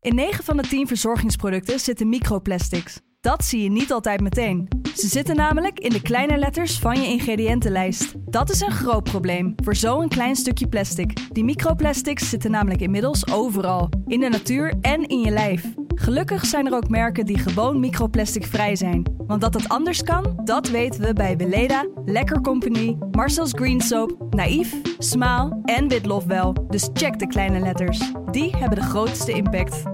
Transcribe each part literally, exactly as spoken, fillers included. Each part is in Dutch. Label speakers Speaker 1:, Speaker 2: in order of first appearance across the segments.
Speaker 1: In negen van de tien verzorgingsproducten zitten microplastics. Dat zie je niet altijd meteen. Ze zitten namelijk in de kleine letters van je ingrediëntenlijst. Dat is een groot probleem voor zo'n klein stukje plastic. Die microplastics zitten namelijk inmiddels overal. In de natuur en in je lijf. Gelukkig zijn er ook merken die gewoon microplasticvrij zijn. Want dat het anders kan, dat weten we bij Weleda, Lekker Company, Marcel's Green Soap, Naïef, Smaal en Witlof wel. Dus check de kleine letters. Die hebben de grootste impact.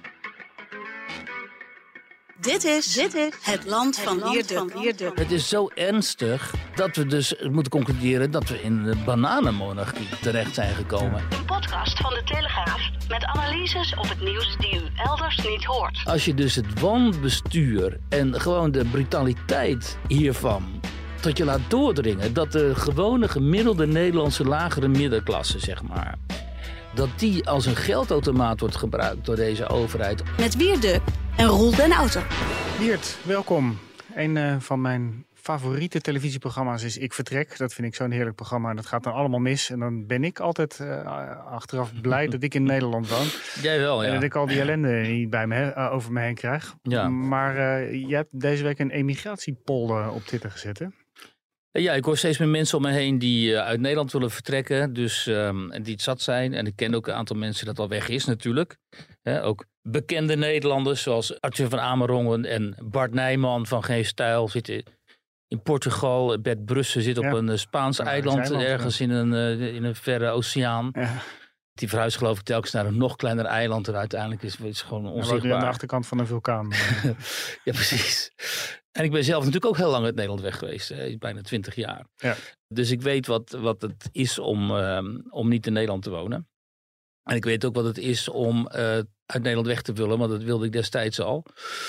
Speaker 2: Dit is, Dit is het land van Wierduk.
Speaker 3: Het is zo ernstig dat we dus moeten concluderen dat we in de bananenmonarchie terecht zijn gekomen.
Speaker 2: Een podcast van de Telegraaf met analyses op het nieuws die u elders niet hoort.
Speaker 3: Als je dus het wanbestuur en gewoon de brutaliteit hiervan tot je laat doordringen, dat de gewone gemiddelde Nederlandse lagere middenklasse, zeg maar, dat die als een geldautomaat wordt gebruikt door deze overheid.
Speaker 2: Met Wierduk en Roel den Outer.
Speaker 4: Wierd, welkom. Een uh, van mijn favoriete televisieprogramma's is Ik Vertrek. Dat vind ik zo'n heerlijk programma en dat gaat dan allemaal mis. En dan ben ik altijd uh, achteraf blij dat ik in Nederland woon.
Speaker 3: Jij wel, ja.
Speaker 4: En dat ik al die ellende niet bij me, uh, over me heen krijg.
Speaker 3: Ja.
Speaker 4: Maar uh, jij hebt deze week een emigratiepol uh, op Twitter gezet, hè?
Speaker 3: Ja, ik hoor steeds meer mensen om me heen die uh, uit Nederland willen vertrekken. Dus, um, en die het zat zijn. En ik ken ook een aantal mensen dat al weg is natuurlijk. He, ook bekende Nederlanders zoals Arthur van Amerongen en Bart Nijman van Geen Stijl zitten in Portugal. Bert Brussen zit op ja. een Spaans ja, eiland, eiland ergens ja. in, een, uh, in een verre oceaan. Ja. Die verhuist geloof ik telkens naar een nog kleiner eiland. En uiteindelijk is het gewoon onzichtbaar.
Speaker 4: Ja, aan de achterkant van een vulkaan.
Speaker 3: Ja, precies. En ik ben zelf natuurlijk ook heel lang uit Nederland weg geweest. Hè, bijna twintig jaar. Ja. Dus ik weet wat, wat het is om, uh, om niet in Nederland te wonen. En ik weet ook wat het is om uh, uit Nederland weg te willen. Want dat wilde ik destijds al.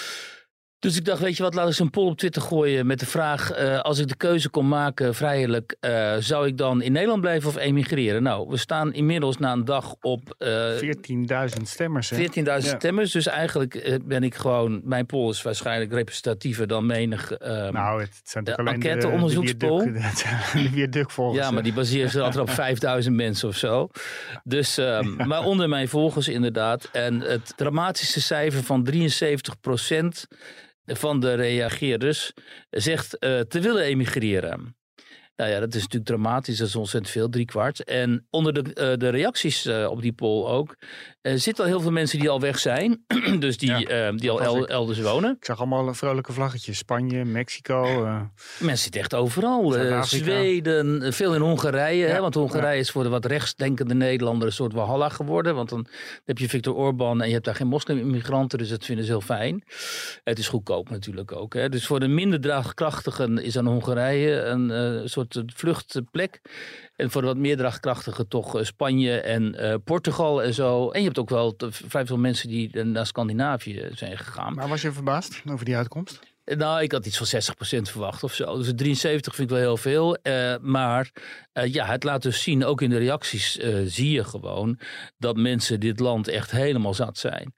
Speaker 3: Dus ik dacht, weet je wat, laat eens een poll op Twitter gooien met de vraag, Uh, als ik de keuze kon maken vrijelijk, uh, zou ik dan in Nederland blijven of emigreren? Nou, we staan inmiddels na een dag op Uh,
Speaker 4: veertienduizend stemmers.
Speaker 3: veertienduizend ja. stemmers. Dus eigenlijk uh, ben ik gewoon, mijn poll is waarschijnlijk representatiever dan menig uh,
Speaker 4: nou, het zijn toch alleen
Speaker 3: enquête-onderzoekspoll.
Speaker 4: De Wierduk volgers.
Speaker 3: Ja, maar die baseren zich altijd op vijfduizend mensen of zo. Dus, uh, ja. Maar onder mijn volgers inderdaad. En het dramatische cijfer van drieënzeventig procent van de reageerders zegt uh, te willen emigreren. Nou ja, dat is natuurlijk dramatisch, dat is ontzettend veel, drie kwart. En onder de, uh, de reacties uh, op die poll ook uh, zitten al heel veel mensen die al weg zijn. Dus die, ja, uh, die al el- elders wonen.
Speaker 4: Ik zag allemaal vrolijke vlaggetjes. Spanje, Mexico. Uh,
Speaker 3: mensen zitten echt overal. Uh, Zweden, veel in Hongarije. Ja, hè, want Hongarije ja. is voor de wat rechtsdenkende Nederlander een soort walhalla geworden. Want dan heb je Viktor Orbán en je hebt daar geen moslim-immigranten. Dus dat vinden ze heel fijn. Het is goedkoop natuurlijk ook. Hè. Dus voor de minder draagkrachtigen is aan Hongarije een uh, soort vluchtplek. En voor de wat meer draagkrachtigen toch Spanje en uh, Portugal en zo. En je hebt ook wel te, vrij veel mensen die naar Scandinavië zijn gegaan.
Speaker 4: Maar was je verbaasd over die uitkomst?
Speaker 3: Nou, ik had iets van zestig procent verwacht of zo. Dus drieënzeventig vind ik wel heel veel. Uh, maar uh, ja, het laat dus zien, ook in de reacties uh, zie je gewoon dat mensen dit land echt helemaal zat zijn.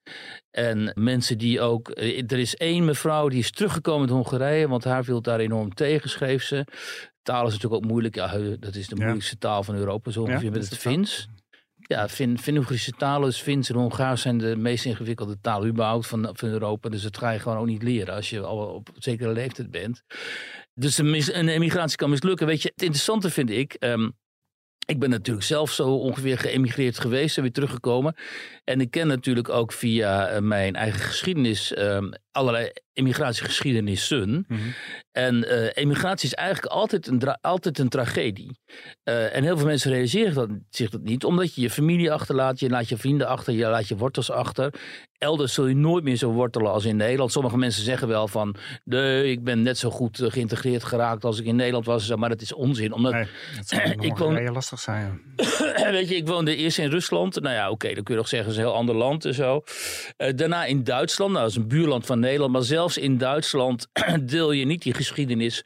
Speaker 3: En mensen die ook, uh, er is één mevrouw die is teruggekomen uit Hongarije, want haar viel daar enorm tegen, schreef ze. Taal is natuurlijk ook moeilijk. Ja, dat is de moeilijkste ja. taal van Europa, zo ongeveer ja, met het Fins. Ja, fin, Fin-Ugrische talen, dus Fins en Hongaars zijn de meest ingewikkelde talen überhaupt van, van Europa. Dus dat ga je gewoon ook niet leren als je al op een zekere leeftijd bent. Dus een, mis, een emigratie kan mislukken. Weet je, het interessante vind ik, Um, ik ben natuurlijk zelf zo ongeveer geëmigreerd geweest en weer teruggekomen. En ik ken natuurlijk ook via uh, mijn eigen geschiedenis um, allerlei emigratiegeschiedenissen. Mm-hmm. En uh, emigratie is eigenlijk altijd een, dra- altijd een tragedie. Uh, en heel veel mensen realiseren dat, zich dat niet. Omdat je je familie achterlaat, je laat je vrienden achter, je laat je wortels achter. Elders zul je nooit meer zo wortelen als in Nederland. Sommige mensen zeggen wel van, nee, ik ben net zo goed uh, geïntegreerd geraakt als ik in Nederland was. Maar dat is onzin. Omdat
Speaker 4: nee, dat zou ik woon... lastig zijn.
Speaker 3: Weet je, ik woonde eerst in Rusland. Nou ja, oké, okay, dan kun je nog zeggen, het is een heel ander land en zo. Uh, daarna in Duitsland, nou dat is een buurland van Nederland. Maar zelfs in Duitsland deel je niet die geschiedenis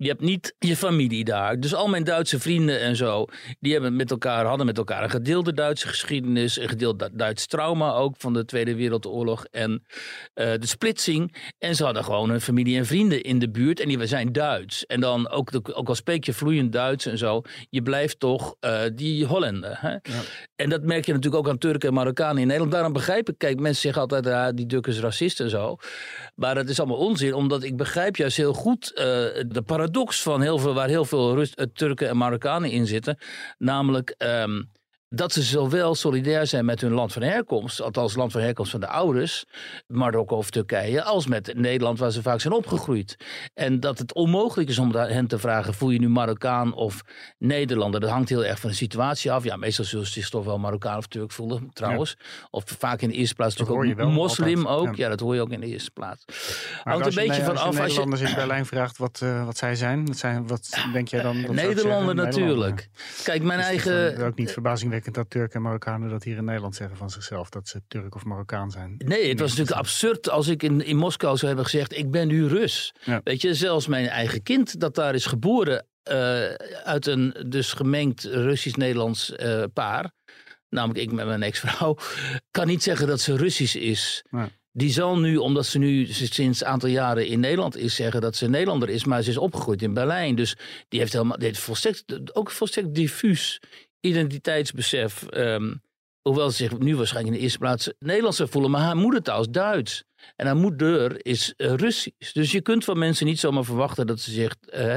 Speaker 3: Je hebt niet je familie daar. Dus al mijn Duitse vrienden en zo, die hebben met elkaar, hadden met elkaar een gedeelde Duitse geschiedenis, een gedeeld Duits trauma ook van de Tweede Wereldoorlog en uh, de splitsing. En ze hadden gewoon hun familie en vrienden in de buurt en die we zijn Duits. En dan ook, ook al spreek je vloeiend Duits en zo, je blijft toch uh, die Hollander. Hè? Ja. En dat merk je natuurlijk ook aan Turken en Marokkanen in Nederland. Daarom begrijp ik, kijk, mensen zeggen altijd, ah, die Turk is racist en zo. Maar dat is allemaal onzin, omdat ik begrijp juist heel goed uh, de paradox van heel veel, waar heel veel Rust, uh, Turken en Marokkanen in zitten. Namelijk um, dat ze zowel solidair zijn met hun land van herkomst, althans land van herkomst van de ouders, Marokko of Turkije, als met Nederland waar ze vaak zijn opgegroeid. En dat het onmogelijk is om hen te vragen, voel je nu Marokkaan of Nederlander? Dat hangt heel erg van de situatie af. Ja, meestal zullen ze zich toch wel Marokkaan of Turk voelen, trouwens. Ja. Of vaak in de eerste plaats toch ook wel, moslim altijd. ook. Ja. ja, dat hoor je ook in de eerste plaats.
Speaker 4: Maar hangt een beetje van af. Als je Nederlanders in Berlijn vraagt wat, uh, wat zij zijn, wat, zijn, wat denk jij dan? Dat
Speaker 3: Nederlander natuurlijk. Kijk, mijn
Speaker 4: is
Speaker 3: eigen...
Speaker 4: ook niet verbazingwekkend dat Turken en Marokkanen dat hier in Nederland zeggen van zichzelf, dat ze Turk of Marokkaan zijn.
Speaker 3: Nee, het was natuurlijk absurd als ik in, in Moskou zou hebben gezegd, ik ben nu Rus. Ja. Weet je, zelfs mijn eigen kind dat daar is geboren uh, uit een dus gemengd Russisch-Nederlands uh, paar, namelijk ik met mijn ex-vrouw, kan niet zeggen dat ze Russisch is. Ja. Die zal nu, omdat ze nu sinds een aantal jaren in Nederland is, zeggen dat ze Nederlander is, maar ze is opgegroeid in Berlijn. Dus die heeft helemaal, die heeft volstrekt, ook volstrekt diffuus identiteitsbesef. Um, hoewel ze zich nu waarschijnlijk in de eerste plaats Nederlandse voelen, maar haar moedertaal is Duits. En haar moeder is uh, Russisch. Dus je kunt van mensen niet zomaar verwachten dat ze zich uh,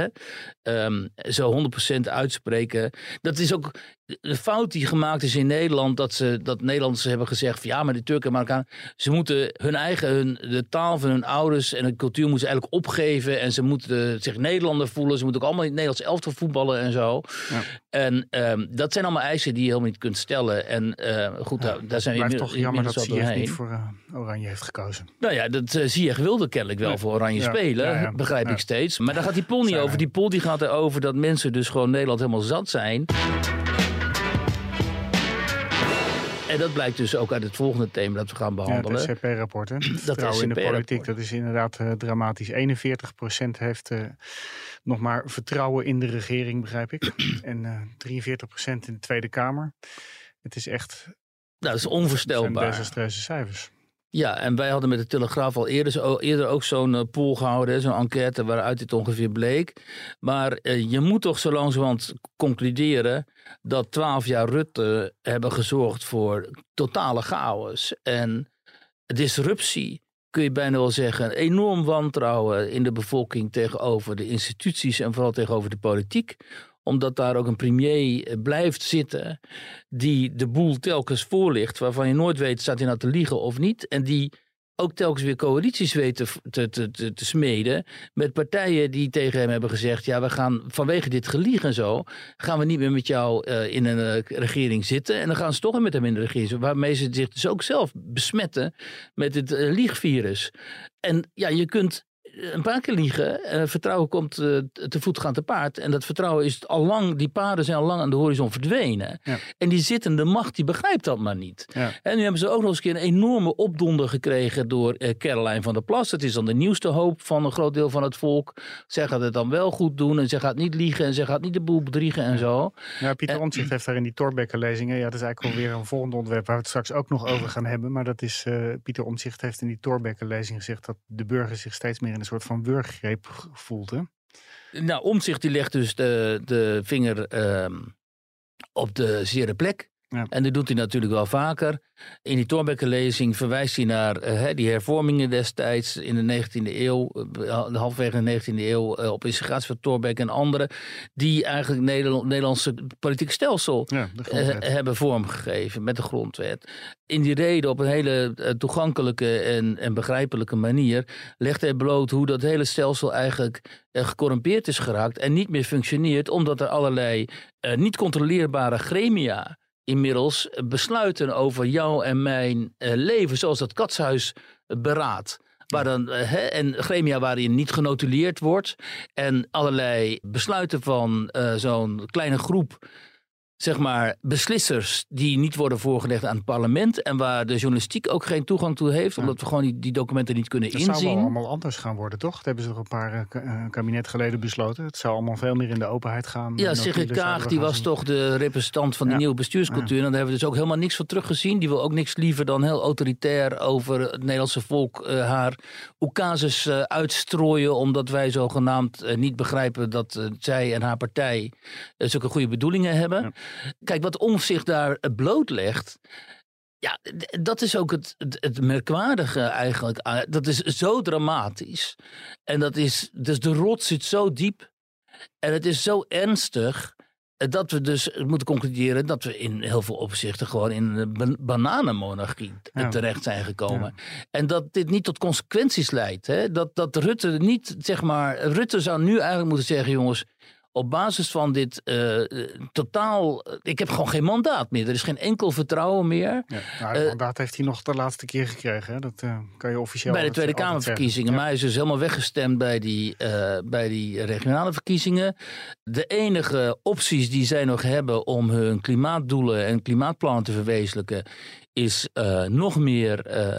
Speaker 3: um, zo honderd procent uitspreken. Dat is ook de fout die gemaakt is in Nederland. Dat, ze, dat Nederlanders hebben gezegd van ja, maar de Turken en Marokkanen, ze moeten hun eigen, hun, de taal van hun ouders en de cultuur moeten ze eigenlijk opgeven. En ze moeten zich Nederlander voelen. Ze moeten ook allemaal in het Nederlands elftal voetballen en zo. Ja. En um, dat zijn allemaal eisen die je helemaal niet kunt stellen. En uh, goed, ja, daar, daar zijn we
Speaker 4: maar het is toch jammer dat Ziyech niet
Speaker 3: voor
Speaker 4: uh, Oranje heeft gekozen.
Speaker 3: Nou ja, dat uh, Ziyech wilde kennelijk wel nee. voor Oranje ja, spelen, ja, ja. begrijp ja. ik steeds. Maar daar gaat die poll niet over. Die poll die gaat erover dat mensen dus gewoon Nederland helemaal zat zijn. En dat blijkt dus ook uit het volgende thema dat we gaan behandelen.
Speaker 4: Ja, het S C P-rapport. Hè? Het vertrouwen in de politiek, dat is inderdaad uh, dramatisch. eenenveertig procent heeft uh, nog maar vertrouwen in de regering, begrijp ik. En uh, drieënveertig procent in de Tweede Kamer. Het is echt...
Speaker 3: Nou, dat is onvoorstelbaar.
Speaker 4: Het zijn desastreuze cijfers.
Speaker 3: Ja, en wij hadden met de Telegraaf al eerder, zo, eerder ook zo'n uh, poll gehouden, zo'n enquête waaruit dit ongeveer bleek. Maar uh, je moet toch zo langzamerhand concluderen dat twaalf jaar Rutte hebben gezorgd voor totale chaos en disruptie. Kun je bijna wel zeggen, enorm wantrouwen in de bevolking tegenover de instituties en vooral tegenover de politiek. Omdat daar ook een premier blijft zitten die de boel telkens voorligt, waarvan je nooit weet, staat hij nou te liegen of niet. En die ook telkens weer coalities weet te, te, te, te, te smeden met partijen die tegen hem hebben gezegd, ja, we gaan vanwege dit gelieg en zo, gaan we niet meer met jou uh, in een uh, regering zitten. En dan gaan ze toch met hem in de regering zitten, waarmee ze zich dus ook zelf besmetten met het uh, liegvirus. En ja, je kunt een paar keer liegen. Uh, vertrouwen komt uh, te voet gaan te paard. En dat vertrouwen is al lang, die paarden zijn al lang aan de horizon verdwenen. Ja. En die zittende macht, die begrijpt dat maar niet. Ja. En nu hebben ze ook nog eens een keer een enorme opdonder gekregen door uh, Caroline van der Plas. Het is dan de nieuwste hoop van een groot deel van het volk. Zij gaat het dan wel goed doen en zij gaat niet liegen en zij gaat niet de boel bedriegen en zo.
Speaker 4: Ja, Pieter Omtzigt heeft daar in die Thorbecke-lezingen, ja, dat is eigenlijk alweer een volgend onderwerp waar we het straks ook nog over gaan hebben. Maar dat is, uh, Pieter Omtzigt heeft in die Thorbecke-lezing gezegd dat de burger zich steeds meer in een soort van wurggreep voelt, hè?
Speaker 3: Nou, Omtzigt die legt dus de, de vinger uh, op de zere plek. Ja. En dat doet hij natuurlijk wel vaker. In die Thorbecke-lezing verwijst hij naar uh, die hervormingen destijds in de negentiende eeuw, uh, halverwege de negentiende eeuw, uh, op instigatie van Thorbecke en anderen, die eigenlijk het Nederland, Nederlandse politieke stelsel ja, uh, hebben vormgegeven met de grondwet. In die reden op een hele uh, toegankelijke en, en begrijpelijke manier legt hij bloot hoe dat hele stelsel eigenlijk uh, gecorrumpeerd is geraakt en niet meer functioneert, omdat er allerlei uh, niet controleerbare gremia inmiddels besluiten over jou en mijn uh, leven, zoals dat katshuisberaad. Waar dan, uh, he, en gremia waarin niet genotuleerd wordt en allerlei besluiten van uh, zo'n kleine groep zeg maar, beslissers die niet worden voorgelegd aan het parlement en waar de journalistiek ook geen toegang toe heeft, omdat we gewoon die, die documenten niet kunnen
Speaker 4: dat
Speaker 3: inzien.
Speaker 4: Het zou wel allemaal anders gaan worden, toch? Dat hebben ze toch een paar uh, kabinet geleden besloten. Het zou allemaal veel meer in de openheid gaan.
Speaker 3: Ja, Sigrid Kaag, die was zien. toch de representant van de ja. nieuwe bestuurscultuur. Ja. En daar hebben we dus ook helemaal niks van teruggezien. Die wil ook niks liever dan heel autoritair over het Nederlandse volk uh, haar oecases uh, uitstrooien, omdat wij zogenaamd uh, niet begrijpen dat uh, zij en haar partij uh, zulke goede bedoelingen hebben. Ja. Kijk, wat Omtzigt daar blootlegt, ja, dat is ook het, het, het merkwaardige eigenlijk. Dat is zo dramatisch. En dat is, dus de rot zit zo diep. En het is zo ernstig dat we dus moeten concluderen dat we in heel veel opzichten gewoon in een bananenmonarchie ja. terecht zijn gekomen. Ja. En dat dit niet tot consequenties leidt. Hè? Dat, dat Rutte niet, zeg maar, Rutte zou nu eigenlijk moeten zeggen, jongens, op basis van dit uh, totaal... Ik heb gewoon geen mandaat meer. Er is geen enkel vertrouwen meer. Ja,
Speaker 4: nou, het uh, mandaat heeft hij nog de laatste keer gekregen. Hè? Dat uh, kan je officieel
Speaker 3: bij de Tweede Kamerverkiezingen. Ja. Maar hij is dus helemaal weggestemd bij die, uh, bij die regionale verkiezingen. De enige opties die zij nog hebben om hun klimaatdoelen en klimaatplannen te verwezenlijken is uh, nog meer... Uh,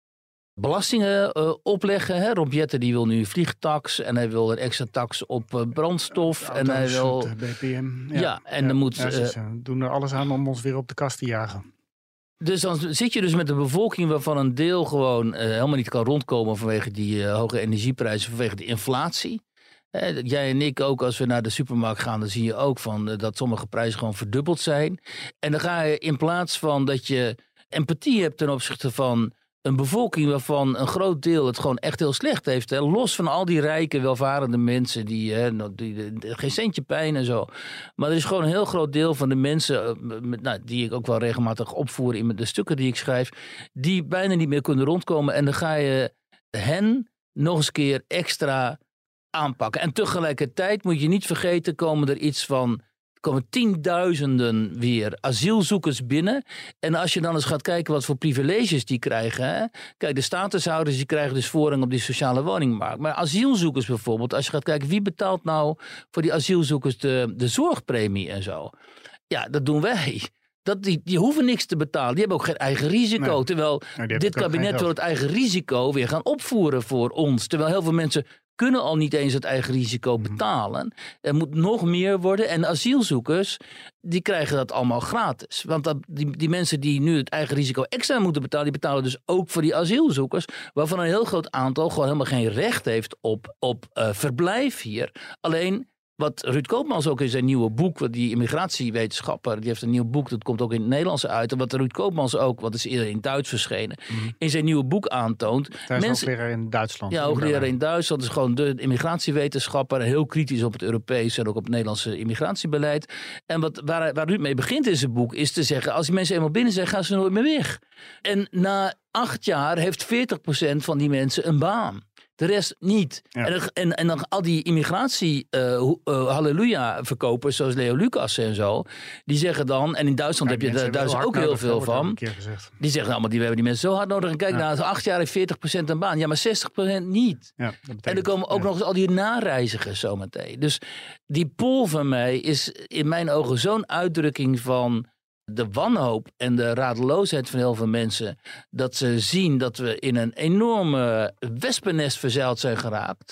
Speaker 3: belastingen uh, opleggen. Hè? Rob Jetten die wil nu vliegtax en hij wil een extra tax op uh, brandstof.
Speaker 4: Auto's,
Speaker 3: en hij wil
Speaker 4: B P M. Ja,
Speaker 3: ja en
Speaker 4: ja,
Speaker 3: dan moet
Speaker 4: ja, ze uh, doen er alles aan om ons weer op de kast te jagen.
Speaker 3: Dus dan zit je dus met een bevolking waarvan een deel gewoon uh, helemaal niet kan rondkomen vanwege die uh, hoge energieprijzen, vanwege de inflatie. Eh, jij en ik ook, als we naar de supermarkt gaan, dan zie je ook van uh, dat sommige prijzen gewoon verdubbeld zijn. En dan ga je in plaats van dat je empathie hebt ten opzichte van een bevolking waarvan een groot deel het gewoon echt heel slecht heeft. Hè? Los van al die rijke, welvarende mensen die, hè, die, die, die geen centje pijn en zo. Maar er is gewoon een heel groot deel van de mensen, met, nou, die ik ook wel regelmatig opvoer in de stukken die ik schrijf, die bijna niet meer kunnen rondkomen. En dan ga je hen nog eens keer extra aanpakken. En tegelijkertijd moet je niet vergeten, komen er iets van... Er komen tienduizenden weer asielzoekers binnen. En als je dan eens gaat kijken wat voor privileges die krijgen. Hè? Kijk, de statushouders die krijgen dus voorrang op die sociale woningmarkt. Maar asielzoekers bijvoorbeeld, als je gaat kijken wie betaalt nou voor die asielzoekers de, de zorgpremie en zo. Ja, dat doen wij. Dat die, die hoeven niks te betalen. Die hebben ook geen eigen risico. Nee. Terwijl nee, dit kabinet wil het eigen risico weer gaan opvoeren voor ons. Terwijl heel veel mensen kunnen al niet eens het eigen risico betalen. Er moet nog meer worden. En asielzoekers, die krijgen dat allemaal gratis. Want dat, die, die mensen die nu het eigen risico extra moeten betalen, die betalen dus ook voor die asielzoekers, waarvan een heel groot aantal gewoon helemaal geen recht heeft op, op uh, verblijf hier. Alleen... Wat Ruud Koopmans ook in zijn nieuwe boek, die immigratiewetenschapper, die heeft een nieuw boek, dat komt ook in het Nederlands uit. En wat Ruud Koopmans ook, wat is eerder in Duits verschenen, mm. in zijn nieuwe boek aantoont.
Speaker 4: Hij is mensen, hoogleraar in Duitsland.
Speaker 3: Ja, hoogleraar in Duitsland. is gewoon de immigratiewetenschapper, heel kritisch op het Europese en ook op het Nederlandse immigratiebeleid. En wat, waar, waar Ruud mee begint in zijn boek, is te zeggen, als die mensen eenmaal binnen zijn, gaan ze nooit meer weg. En na acht jaar heeft veertig procent van die mensen een baan. De rest niet. Ja. En, en, en dan al die immigratie uh, uh, halleluja verkopers zoals Leo Lucas en zo. Die zeggen dan, en in Duitsland ja, heb je daar ook heel nodig, veel van. Die zeggen allemaal, die, we hebben die mensen zo hard nodig. En kijk, ja. na acht jaar heeft veertig procent een baan. Ja, maar zestig procent niet. Ja, en er komen ook ja. nog eens al die nareizigers zometeen. Dus die poll van mij is in mijn ogen zo'n uitdrukking van de wanhoop en de radeloosheid van heel veel mensen, dat ze zien dat we in een enorme wespennest verzeild zijn geraakt.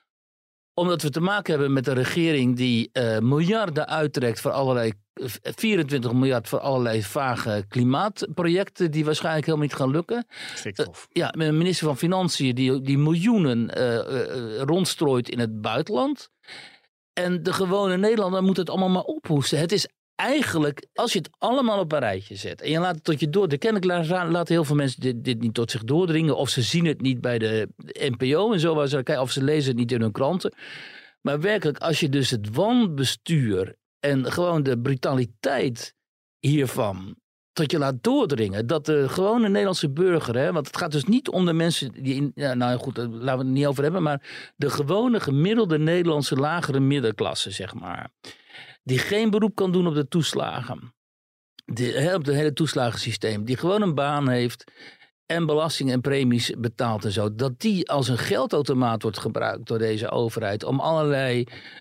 Speaker 3: Omdat we te maken hebben met een regering die uh, miljarden uittrekt voor allerlei, vierentwintig miljard voor allerlei vage klimaatprojecten die waarschijnlijk helemaal niet gaan lukken.
Speaker 4: Stikstof.
Speaker 3: Uh, ja, met een minister van Financiën die, die miljoenen uh, uh, rondstrooit in het buitenland. En de gewone Nederlander moet het allemaal maar ophoesten. Het is eigenlijk, als je het allemaal op een rijtje zet en je laat het tot je door... Kennelijk laten heel veel mensen dit, dit niet tot zich doordringen, of ze zien het niet bij de N P O en zo, waar ze, of ze lezen het niet in hun kranten. Maar werkelijk, als je dus het wanbestuur en gewoon de brutaliteit hiervan tot je laat doordringen, dat de gewone Nederlandse burger, hè, want het gaat dus niet om de mensen die, in, ja, nou goed, daar laten we het niet over hebben, maar de gewone gemiddelde Nederlandse lagere middenklasse, zeg maar, die geen beroep kan doen op de toeslagen, die, op het hele toeslagensysteem, die gewoon een baan heeft en belastingen en premies betaalt en zo, dat die als een geldautomaat wordt gebruikt door deze overheid om allerlei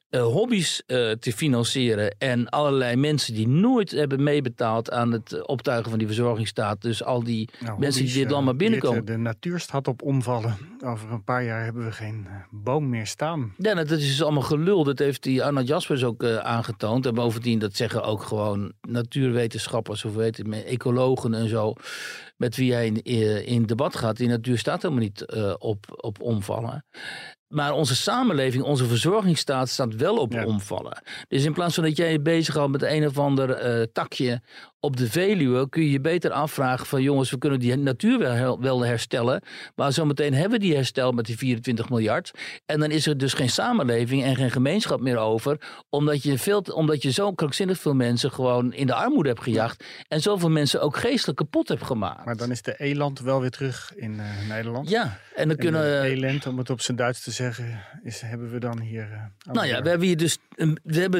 Speaker 3: uh, hobby's uh, te financieren. En allerlei mensen die nooit hebben meebetaald aan het optuigen van die verzorgingsstaat. Dus al die nou, mensen die dit land maar binnenkomen.
Speaker 4: De natuurstad op omvallen. Over een paar jaar hebben we geen boom meer staan.
Speaker 3: Ja, dat is dus allemaal gelul. Dat heeft die Arnoud Jaspers ook uh, aangetoond. En bovendien, dat zeggen ook gewoon natuurwetenschappers of weet het, ecologen en zo. Met wie hij in, in debat gaat. Die natuur staat helemaal niet uh, op, op omvallen. Maar onze samenleving, onze verzorgingsstaat staat wel op ja. omvallen. Dus in plaats van dat jij je bezighoudt met een of ander uh, takje op de Veluwe, kun je je beter afvragen van jongens, we kunnen die natuur wel, wel herstellen. Maar zometeen hebben we die hersteld met die vierentwintig miljard. En dan is er dus geen samenleving en geen gemeenschap meer over. Omdat je, veel, omdat je zo krankzinnig veel mensen gewoon in de armoede hebt gejaagd. En zoveel mensen ook geestelijk kapot hebt gemaakt.
Speaker 4: Maar dan is de eland wel weer terug in uh, Nederland.
Speaker 3: Ja, en dan
Speaker 4: en
Speaker 3: kunnen
Speaker 4: de elend, om het op zijn Duits te zeggen, is, hebben we dan hier... Uh,
Speaker 3: nou ja, we hebben hier dus, we hebben,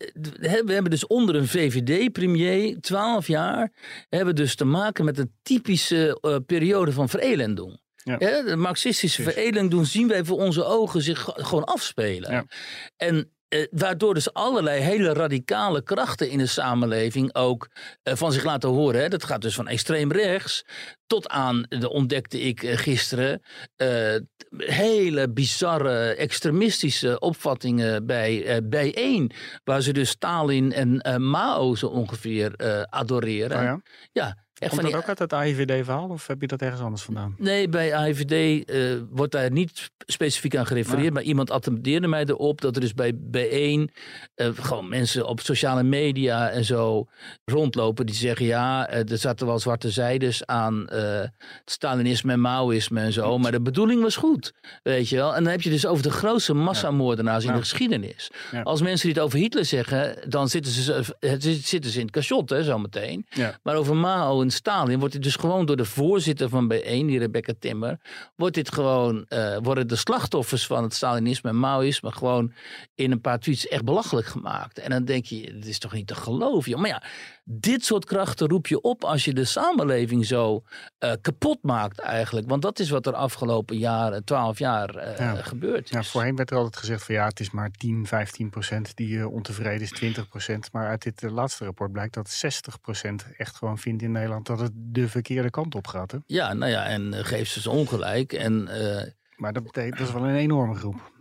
Speaker 3: we hebben dus onder een V V D-premier, twaalf jaar, hebben dus te maken met een typische uh, periode van verelending. Ja. Ja, de marxistische verelending zien wij voor onze ogen zich gewoon afspelen. Ja. En Uh, waardoor dus allerlei hele radicale krachten in de samenleving ook uh, van zich laten horen. Hè. Dat gaat dus van extreem rechts tot aan, de ontdekte ik uh, gisteren, uh, hele bizarre extremistische opvattingen bij uh, bijeen. Waar ze dus Stalin en uh, Mao zo ongeveer uh, adoreren.
Speaker 4: Oh ja?
Speaker 3: Ja.
Speaker 4: Echt Komt dat die, ook uit het A I V D-verhaal of heb je dat ergens anders vandaan?
Speaker 3: Nee, bij A I V D uh, wordt daar niet specifiek aan gerefereerd. Ja. Maar iemand attendeerde mij erop dat er dus bij bijeen uh, gewoon mensen op sociale media en zo rondlopen. Die zeggen ja, uh, er zaten wel zwarte zijdes aan uh, het Stalinisme en Maoïsme en zo. Maar de bedoeling was goed, weet je wel. En dan heb je dus over de grootste massamoordenaars ja. in de ja. geschiedenis. Ja. Als mensen dit over Hitler zeggen, dan zitten ze, zitten ze in het cachot, hè, zometeen. Ja. Maar over Mao en Stalin wordt dit dus gewoon door de voorzitter van bijeen, die Rebecca Timmer, wordt dit gewoon, uh, worden de slachtoffers van het Stalinisme en Maoïsme gewoon in een paar tweets echt belachelijk gemaakt. En dan denk je, dit is toch niet te geloven. Maar ja, dit soort krachten roep je op als je de samenleving zo uh, kapot maakt eigenlijk. Want dat is wat er afgelopen jaren, twaalf jaar uh, ja. gebeurd is.
Speaker 4: Ja, voorheen werd er altijd gezegd van ja, het is maar tien, vijftien procent die uh, ontevreden is, twintig procent. Maar uit dit uh, laatste rapport blijkt dat zestig procent echt gewoon vindt in Nederland dat het de verkeerde kant op gaat. Hè?
Speaker 3: Ja, nou ja, en uh, geeft ze ongelijk. En, uh,
Speaker 4: maar dat betekent, dat is wel een enorme groep.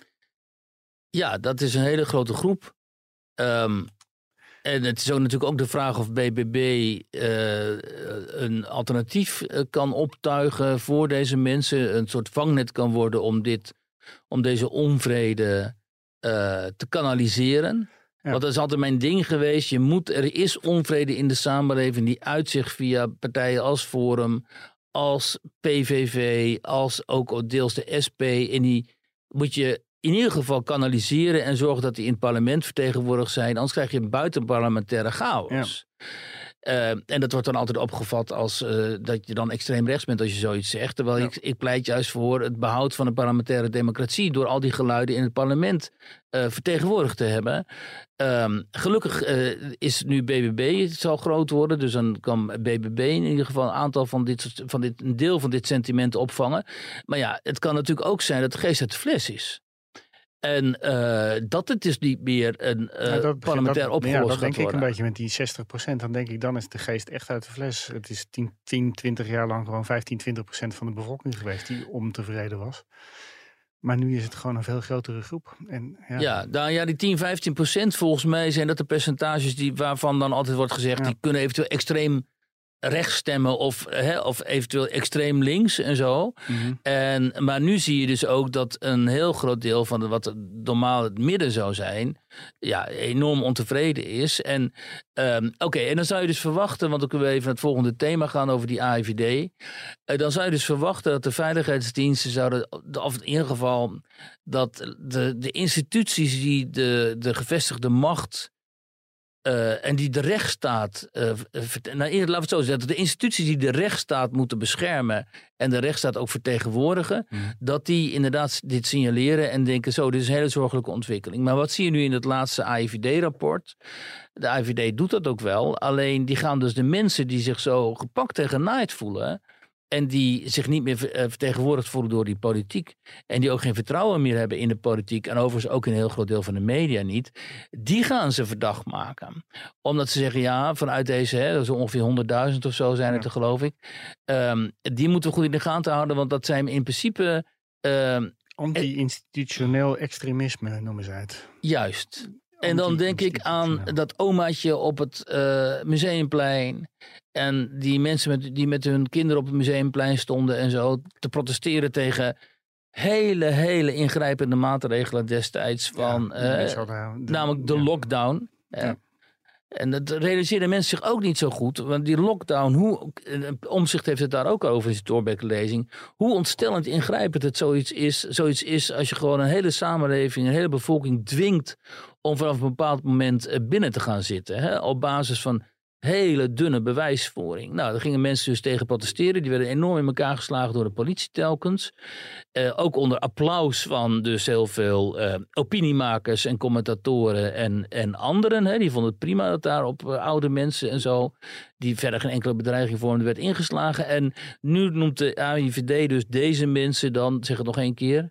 Speaker 3: Ja, dat is een hele grote groep. Um, en het is ook natuurlijk ook de vraag of B B B uh, een alternatief uh, kan optuigen voor deze mensen. Een soort vangnet kan worden om, dit, om deze onvrede uh, te kanaliseren. Ja. Want dat is altijd mijn ding geweest. Je moet, er is onvrede in de samenleving die uitzicht via partijen als Forum, als P V V, als ook deels de S P. En die moet je in ieder geval kanaliseren en zorgen dat die in het parlement vertegenwoordigd zijn. Anders krijg je een buitenparlementaire chaos. Ja. Uh, en dat wordt dan altijd opgevat als uh, dat je dan extreem rechts bent als je zoiets zegt. Terwijl ja. ik, ik pleit juist voor het behoud van de parlementaire democratie door al die geluiden in het parlement uh, vertegenwoordigd te hebben. Um, gelukkig uh, is nu B B B, het zal groot worden. Dus dan kan B B B in ieder geval een aantal van dit, van dit, een deel van dit sentiment opvangen. Maar ja, het kan natuurlijk ook zijn dat de geest uit de fles is. En uh, dat het dus niet meer een uh, ja, dat, parlementair opgelost ja, dat
Speaker 4: gaat denk
Speaker 3: worden.
Speaker 4: Ik een beetje met die zestig procent. Dan denk ik, dan is de geest echt uit de fles. Het is tien, twintig jaar lang gewoon vijftien, twintig procent van de bevolking geweest die ontevreden was. Maar nu is het gewoon een veel grotere groep. En, ja,
Speaker 3: ja, nou ja, die tien, vijftien procent volgens mij zijn dat de percentages die, waarvan dan altijd wordt gezegd, ja. die kunnen eventueel extreem rechts stemmen of, hè, of eventueel extreem links en zo. Mm-hmm. En, maar nu zie je dus ook dat een heel groot deel van de, wat normaal het midden zou zijn, ja, enorm ontevreden is. En um, oké, okay, en dan zou je dus verwachten, want dan kunnen we even naar het volgende thema gaan over die A I V D. Uh, dan zou je dus verwachten dat de veiligheidsdiensten zouden, of in ieder geval dat de, de instituties die de, de gevestigde macht Uh, en die de rechtsstaat, uh, nou, laten we het zo zeggen, de instituties die de rechtsstaat moeten beschermen en de rechtsstaat ook vertegenwoordigen, mm. dat die inderdaad dit signaleren en denken, zo, dit is een hele zorgelijke ontwikkeling. Maar wat zie je nu in het laatste A I V D-rapport? De A I V D doet dat ook wel, alleen die gaan dus de mensen die zich zo gepakt en genaaid voelen, En die zich niet meer vertegenwoordigd voelen door die politiek. En die ook geen vertrouwen meer hebben in de politiek. En overigens ook in een heel groot deel van de media niet. Die gaan ze verdacht maken. Omdat ze zeggen, ja, vanuit deze, hè, zo ongeveer honderdduizend of zo zijn het er, geloof ik. Um, die moeten we goed in de gaten houden. Want dat zijn in principe... Um,
Speaker 4: Anti-institutioneel extremisme noemen ze het.
Speaker 3: Juist. En dan denk ik aan dat omaatje op het uh, Museumplein. En die mensen met, die met hun kinderen op het Museumplein stonden en zo te protesteren tegen hele, hele ingrijpende maatregelen destijds. Van, ja, uh, de, de, namelijk de ja. lockdown. Ja. En dat realiseerden mensen zich ook niet zo goed. Want die lockdown, hoe, Omtzigt heeft het daar ook over in zijn Thorbecke-lezing. Hoe ontstellend ingrijpend het zoiets is, zoiets is als je gewoon een hele samenleving, een hele bevolking dwingt om vanaf een bepaald moment binnen te gaan zitten. Hè? Op basis van hele dunne bewijsvoering. Nou, daar gingen mensen dus tegen protesteren. Die werden enorm in elkaar geslagen door de politie telkens. Uh, ook onder applaus van dus heel veel uh, opiniemakers en commentatoren en, en anderen. Hè. Die vonden het prima dat daar op uh, oude mensen en zo, die verder geen enkele bedreiging vormden, werd ingeslagen. En nu noemt de A I V D dus deze mensen dan, zeg het nog één keer.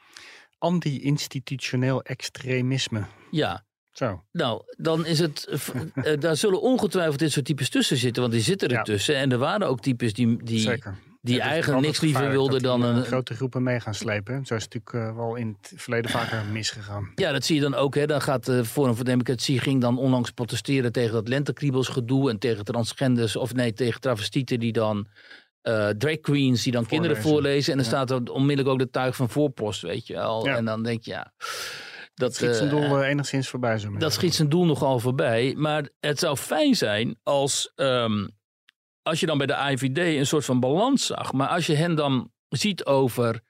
Speaker 4: Anti-institutioneel extremisme.
Speaker 3: Ja.
Speaker 4: Zo.
Speaker 3: Nou, dan is het, uh, daar zullen ongetwijfeld dit soort types tussen zitten, want die zitten er
Speaker 4: ja.
Speaker 3: tussen. En er waren ook types die, die,
Speaker 4: Zeker.
Speaker 3: die ja, eigenlijk niks liever wilden dan
Speaker 4: een...
Speaker 3: een...
Speaker 4: grote groepen mee gaan slepen. Zo is het natuurlijk uh, wel in het verleden vaker misgegaan.
Speaker 3: Ja, dat zie je dan ook. Hè. Dan gaat de Forum voor Democratie ging dan onlangs protesteren tegen dat lentekriebelsgedoe en tegen transgenders, of nee, tegen travestieten die dan... Uh, drag queens die dan voorlezen. kinderen voorlezen. En dan ja. staat er onmiddellijk ook de tuig van voorpost, weet je wel. Ja. En dan denk je, ja...
Speaker 4: Dat schiet zijn doel uh, enigszins voorbij. Zo
Speaker 3: dat schiet zijn doel nogal voorbij. Maar het zou fijn zijn als, um, als je dan bij de A I V D een soort van balans zag. Maar als je hen dan ziet over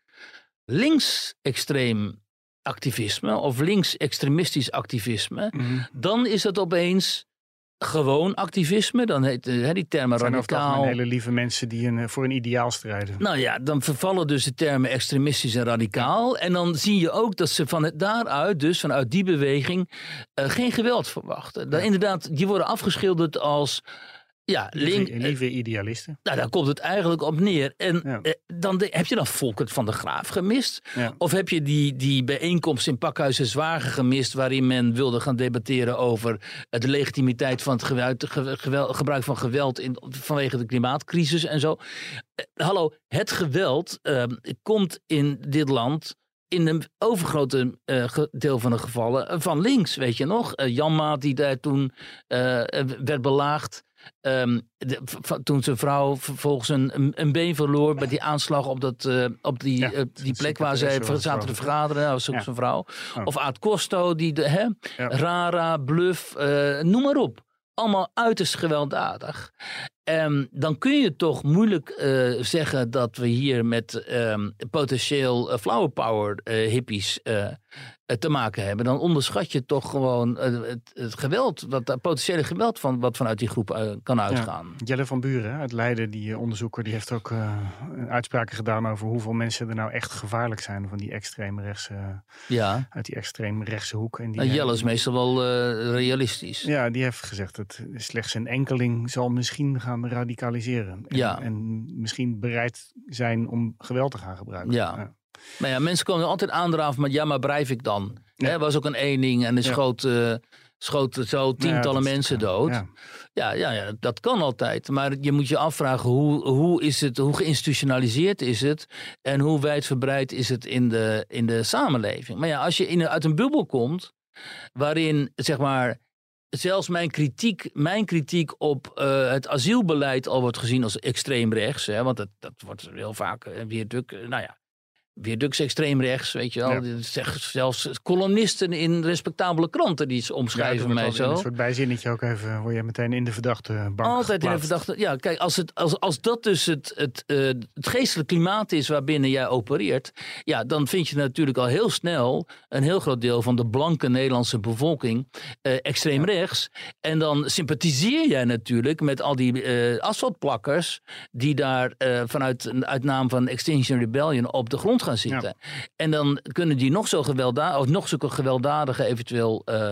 Speaker 3: linksextreem activisme of linksextremistisch activisme, mm-hmm. dan is dat opeens gewoon activisme. Dan heet he, die termen
Speaker 4: zijn
Speaker 3: radicaal.
Speaker 4: Zijn hele lieve mensen die een, voor een ideaal strijden.
Speaker 3: Nou ja, dan vervallen dus de termen extremistisch en radicaal. En dan zie je ook dat ze van het daaruit, dus vanuit die beweging, uh, geen geweld verwachten. Dan, ja. Inderdaad, die worden afgeschilderd als... Ja, link,
Speaker 4: lieve, lieve idealisten.
Speaker 3: Nou, daar komt het eigenlijk op neer. En ja. eh, dan de, heb je dan Volkert van der Graaf gemist? Ja. Of heb je die, die bijeenkomst in Pakhuizen Zwager gemist, waarin men wilde gaan debatteren over de legitimiteit van het geweld, geweld, gebruik van geweld in, vanwege de klimaatcrisis en zo? Eh, hallo, het geweld uh, komt in dit land in een overgrote uh, deel van de gevallen uh, van links, weet je nog? Uh, Jan Maat die daar toen uh, werd belaagd. Um, de, v- toen zijn vrouw vervolgens een, een been verloor bij die aanslag op, dat, uh, op die, ja, uh, die plek waar zij zaten te vergaderen. Dat was ook ja. zijn vrouw. Oh. Of Aad Costo, die de, hè, ja. Rara, Bluff, uh, noem maar op. Allemaal uiterst gewelddadig. Um, dan kun je toch moeilijk uh, zeggen dat we hier met um, potentieel uh, flower power uh, hippies uh, uh, te maken hebben. Dan onderschat je toch gewoon uh, het, het geweld, dat uh, potentiële geweld van, wat vanuit die groep uh, kan uitgaan.
Speaker 4: Ja. Jelle van Buren uit Leiden, die uh, onderzoeker, die heeft ook uh, uitspraken gedaan over hoeveel mensen er nou echt gevaarlijk zijn van die extreemrechtse, uh,
Speaker 3: ja.
Speaker 4: uit die extreemrechtse hoek. En die,
Speaker 3: uh, Jelle is meestal wel uh, realistisch.
Speaker 4: Ja, die heeft gezegd dat slechts een enkeling zal misschien gaan radicaliseren. En,
Speaker 3: ja.
Speaker 4: en misschien bereid zijn om geweld te gaan gebruiken.
Speaker 3: Ja. ja. Maar ja, mensen komen altijd aandraven met ja, maar blijf ik dan? Ja. Hè, was ook een eening en er ja. schoot, uh, schoot zo tientallen ja, mensen is, dood. Ja. Ja, ja, ja, dat kan altijd. Maar je moet je afvragen hoe, hoe, is het, hoe geïnstitutionaliseerd is het en hoe wijdverbreid is het in de, in de samenleving. Maar ja, als je in, uit een bubbel komt waarin, zeg maar, zelfs mijn kritiek, mijn kritiek op uh, het asielbeleid al wordt gezien als extreem rechts. Hè, want dat, dat wordt heel vaak uh, weer druk, uh, nou ja, weer drugs extreem rechts, weet je wel. Ja. Zelfs columnisten in respectabele kranten die ze omschrijven ja, mij zo.
Speaker 4: Een soort bijzinnetje ook even, word je meteen in de verdachte bank
Speaker 3: Altijd
Speaker 4: geplaatst.
Speaker 3: in de verdachte, ja. Kijk, als, het, als, als dat dus het, het, uh, het geestelijk klimaat is waarbinnen jij opereert, ja, dan vind je natuurlijk al heel snel een heel groot deel van de blanke Nederlandse bevolking uh, extreem ja. rechts. En dan sympathiseer jij natuurlijk met al die uh, asfaltplakkers die daar uh, vanuit uit naam van Extinction Rebellion op de grond gaan zitten. Ja. En dan kunnen die nog zo gewelddadig, of nog zulke gewelddadige eventueel uh,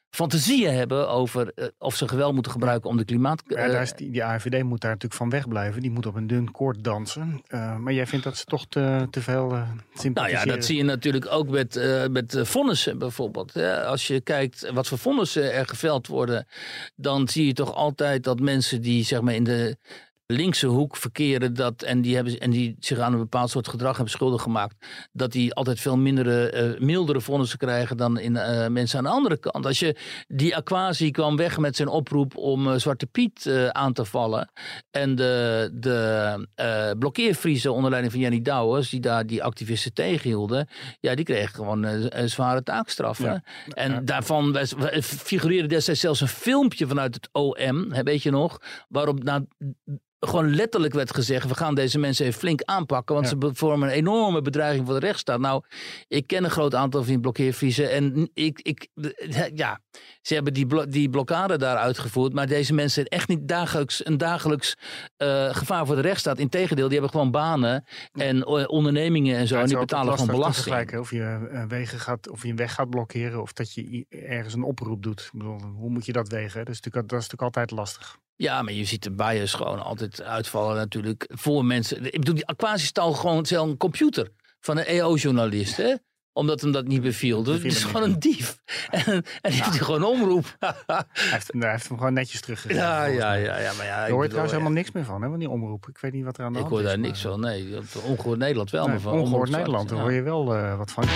Speaker 3: fantasieën hebben over uh, of ze geweld moeten gebruiken om de klimaat... Uh,
Speaker 4: ja, daar is die, die A I V D moet daar natuurlijk van wegblijven. Die moet op een dun koord dansen. Uh, maar jij vindt dat ze toch te, te veel uh, sympathiseren?
Speaker 3: Nou ja, dat zie je natuurlijk ook met, uh, met uh, vonnissen bijvoorbeeld. Ja, als je kijkt wat voor vonnissen er geveld worden, dan zie je toch altijd dat mensen die zeg maar in de linkse hoek verkeren dat, en, die hebben, en die zich aan een bepaald soort gedrag hebben schuldig gemaakt, dat die altijd veel mindere, uh, mildere vonnissen krijgen dan in uh, mensen aan de andere kant. Als je die Aquasi kwam weg met zijn oproep om uh, Zwarte Piet uh, aan te vallen en de, de uh, blokkeervriezen onder leiding van Jenny Douwers, die daar die activisten tegenhielden, ja, die kregen gewoon uh, een zware taakstraffen. Ja. En ja. daarvan figureerde destijds zelfs een filmpje vanuit het O M, hè, weet je nog, waarop na gewoon letterlijk werd gezegd, we gaan deze mensen even flink aanpakken, want ja. ze vormen een enorme bedreiging voor de rechtsstaat. Nou, ik ken een groot aantal van die blokkeervriezen en ik, ik, ja, ze hebben die, blo- die blokkade daar uitgevoerd, maar deze mensen zijn echt niet dagelijks een dagelijks uh, gevaar voor de rechtsstaat. Integendeel, die hebben gewoon banen en uh, ondernemingen en zo, ja, en die betalen gewoon belasting.
Speaker 4: Of je, uh, wegen gaat, of je een weg gaat blokkeren of dat je ergens een oproep doet. Ik bedoel, hoe moet je dat wegen? Dat is natuurlijk, dat is natuurlijk altijd lastig.
Speaker 3: Ja, maar je ziet de bias gewoon altijd uitvallen natuurlijk voor mensen. Ik bedoel, die Aquasi stal gewoon zelf een computer van een E O-journalist, hè? Omdat hem dat niet beviel. Dus het is gewoon een dief. En, en die ja. heeft hij gewoon omroep.
Speaker 4: hij, heeft, hij heeft hem gewoon netjes teruggegeven.
Speaker 3: Ja, ja, ja, ja, maar ja.
Speaker 4: Je hoort trouwens helemaal niks meer van, hè, van die omroep. Ik weet niet wat er aan de
Speaker 3: ik
Speaker 4: hand is.
Speaker 3: Ik hoor daar
Speaker 4: maar...
Speaker 3: niks van, nee. Ongehoord Nederland wel,
Speaker 4: nee,
Speaker 3: maar van.
Speaker 4: Ongehoord Nederland, daar ja. hoor je wel uh, wat van.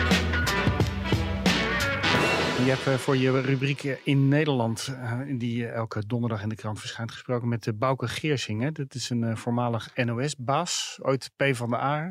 Speaker 4: Je hebt uh, voor je rubriek in Nederland, uh, die uh, elke donderdag in de krant verschijnt, gesproken met uh, Bouke Geersing. Hè? Dat is een uh, voormalig N O S-baas, ooit P van de A.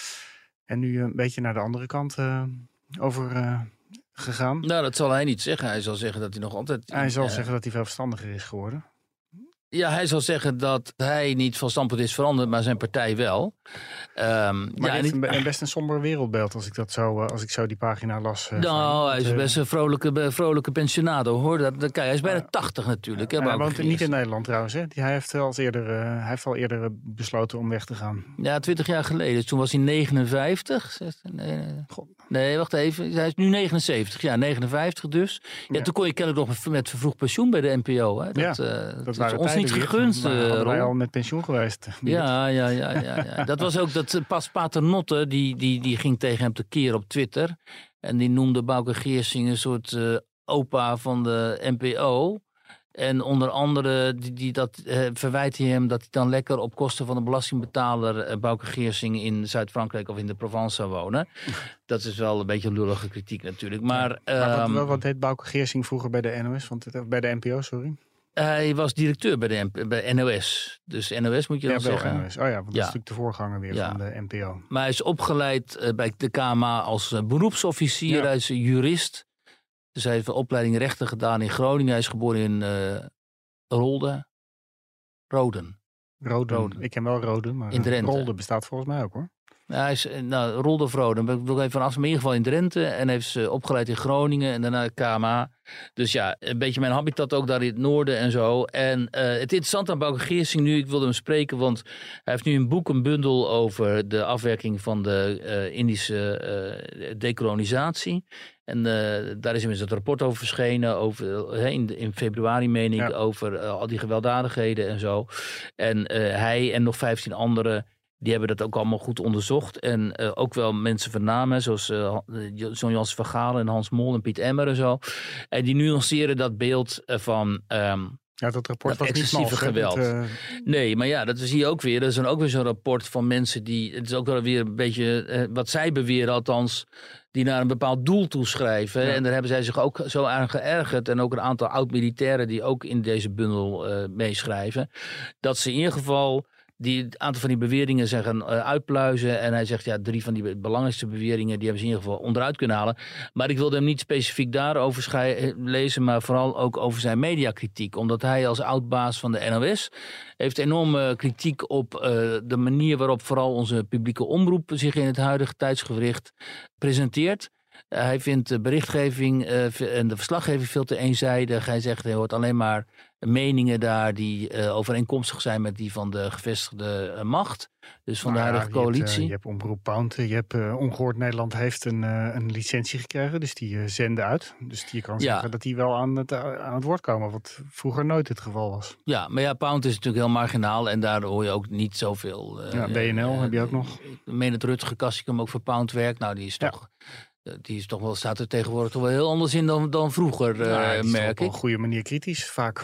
Speaker 4: En nu uh, een beetje naar de andere kant uh, over uh, gegaan.
Speaker 3: Nou, dat zal hij niet zeggen. Hij zal zeggen dat hij nog altijd...
Speaker 4: Hij zal
Speaker 3: uh,
Speaker 4: zeggen dat hij veel verstandiger is geworden.
Speaker 3: Ja, hij zal zeggen dat hij niet van standpunt is veranderd, maar zijn partij wel. Um,
Speaker 4: maar
Speaker 3: ja,
Speaker 4: heeft
Speaker 3: niet,
Speaker 4: een, best een somber wereldbeeld als ik, dat zo, als ik zo die pagina las. Uh,
Speaker 3: nou,
Speaker 4: van,
Speaker 3: hij is best een vrolijke, vrolijke pensionado, hoor. Dat, dat, kijk, hij is bijna tachtig natuurlijk.
Speaker 4: Uh,
Speaker 3: hè,
Speaker 4: hij woont niet in Nederland trouwens. Hè? Hij, heeft al eerder, uh, hij heeft al eerder besloten om weg te gaan.
Speaker 3: Ja, twintig jaar geleden. Toen was hij negenenvijftig. Nee, nee, wacht even. Hij is nu negenenzeventig. Ja, negenenvijftig dus. Ja, ja. Toen kon je kennelijk nog met vervroegd pensioen bij de N P O. Hè? Dat,
Speaker 4: ja,
Speaker 3: uh,
Speaker 4: dat,
Speaker 3: dat
Speaker 4: waren
Speaker 3: ons niet gegund.
Speaker 4: Hadden wij al met pensioen geweest.
Speaker 3: Ja, ja, ja, ja, ja. Dat was ook dat Pas Paternotte, die, die, die ging tegen hem tekeer op Twitter. En die noemde Bouke Geersing een soort uh, opa van de N P O. En onder andere die, die dat, uh, verwijt hij hem dat hij dan lekker op kosten van de belastingbetaler uh, Bouke Geersing in Zuid-Frankrijk of in de Provence zou wonen. Dat is wel een beetje een lullige kritiek natuurlijk. Maar,
Speaker 4: ja, maar
Speaker 3: um,
Speaker 4: wat, wat deed Bouke Geersing vroeger bij de N O S? Want het, bij de N P O, sorry.
Speaker 3: Hij was directeur bij de bij N O S. Dus N O S moet je dan
Speaker 4: ja,
Speaker 3: zeggen.
Speaker 4: N O S. Oh ja, want dat ja. is natuurlijk de voorganger weer ja. van de N P O.
Speaker 3: Maar hij is opgeleid uh, bij de K M A als uh, beroepsofficier. Ja. Hij is een jurist. Dus hij heeft een opleiding rechten gedaan in Groningen. Hij is geboren in uh, Rolde. Roden.
Speaker 4: Roden. Roden. Ik ken wel Roden, maar
Speaker 3: in Drenthe.
Speaker 4: Rolde bestaat volgens mij ook, hoor.
Speaker 3: Ja, hij is, nou, Rolde of Roden. Ik wil even vanaf, maar in ieder geval in Drenthe. En heeft ze opgeleid in Groningen en daarna de K M A. Dus ja, een beetje mijn habitat ook daar in het noorden en zo. En uh, het interessante aan Bouke Geersing nu, ik wilde hem spreken, want hij heeft nu een boek, een bundel over de afwerking van de uh, Indische uh, dekolonisatie. En uh, daar is inmiddels het rapport over verschenen, over, uh, in, in februari meen ik, ja. over uh, al die gewelddadigheden en zo. En uh, hij en nog vijftien anderen, die hebben dat ook allemaal goed onderzocht. En uh, ook wel mensen van naam, zoals uh, John Jansen van Galen en Hans Mol en Piet Emmer en zo. En die nuanceren dat beeld uh, van Um,
Speaker 4: ja, dat rapport
Speaker 3: dat
Speaker 4: was
Speaker 3: excessieve
Speaker 4: niet mals,
Speaker 3: geweld.
Speaker 4: Dat, uh...
Speaker 3: Nee, maar ja, dat zie je ook weer. Er is dan ook weer zo'n rapport van mensen die, het is ook wel weer een beetje, uh, wat zij beweren althans, die naar een bepaald doel toeschrijven. Ja. En daar hebben zij zich ook zo aan geërgerd. En ook een aantal oud-militairen die ook in deze bundel uh, meeschrijven. Dat ze in ieder geval die een aantal van die beweringen zijn gaan uh, uitpluizen. En hij zegt, ja, drie van die belangrijkste beweringen, die hebben ze in ieder geval onderuit kunnen halen. Maar ik wilde hem niet specifiek daarover schij- lezen, maar vooral ook over zijn mediakritiek. Omdat hij als oud-baas van de N O S heeft enorme kritiek op uh, de manier waarop vooral onze publieke omroep zich in het huidige tijdsgewricht presenteert. Uh, hij vindt de berichtgeving uh, en de verslaggeving veel te eenzijdig. Hij zegt, hij hoort alleen maar meningen daar die uh, overeenkomstig zijn met die van de gevestigde uh, macht. Dus van nou de huidige ja, coalitie.
Speaker 4: Je hebt, uh, je hebt Omroep Pound, je hebt uh, Ongehoord Nederland heeft een, uh, een licentie gekregen. Dus die uh, zenden uit. Dus je kan ja. zeggen dat die wel aan het, uh, aan het woord komen. Wat vroeger nooit het geval was.
Speaker 3: Ja, maar ja, Pound is natuurlijk heel marginaal. En daar hoor je ook niet zoveel. Uh,
Speaker 4: ja, B N L uh, heb je ook nog.
Speaker 3: Ik meen dat Rutger Kastikum ook voor Pound werkt. Nou, die is toch... Ja. Die is toch wel, staat er tegenwoordig toch wel heel anders in dan, dan vroeger, uh, ja, merk ik.
Speaker 4: Op een goede manier kritisch, vaak.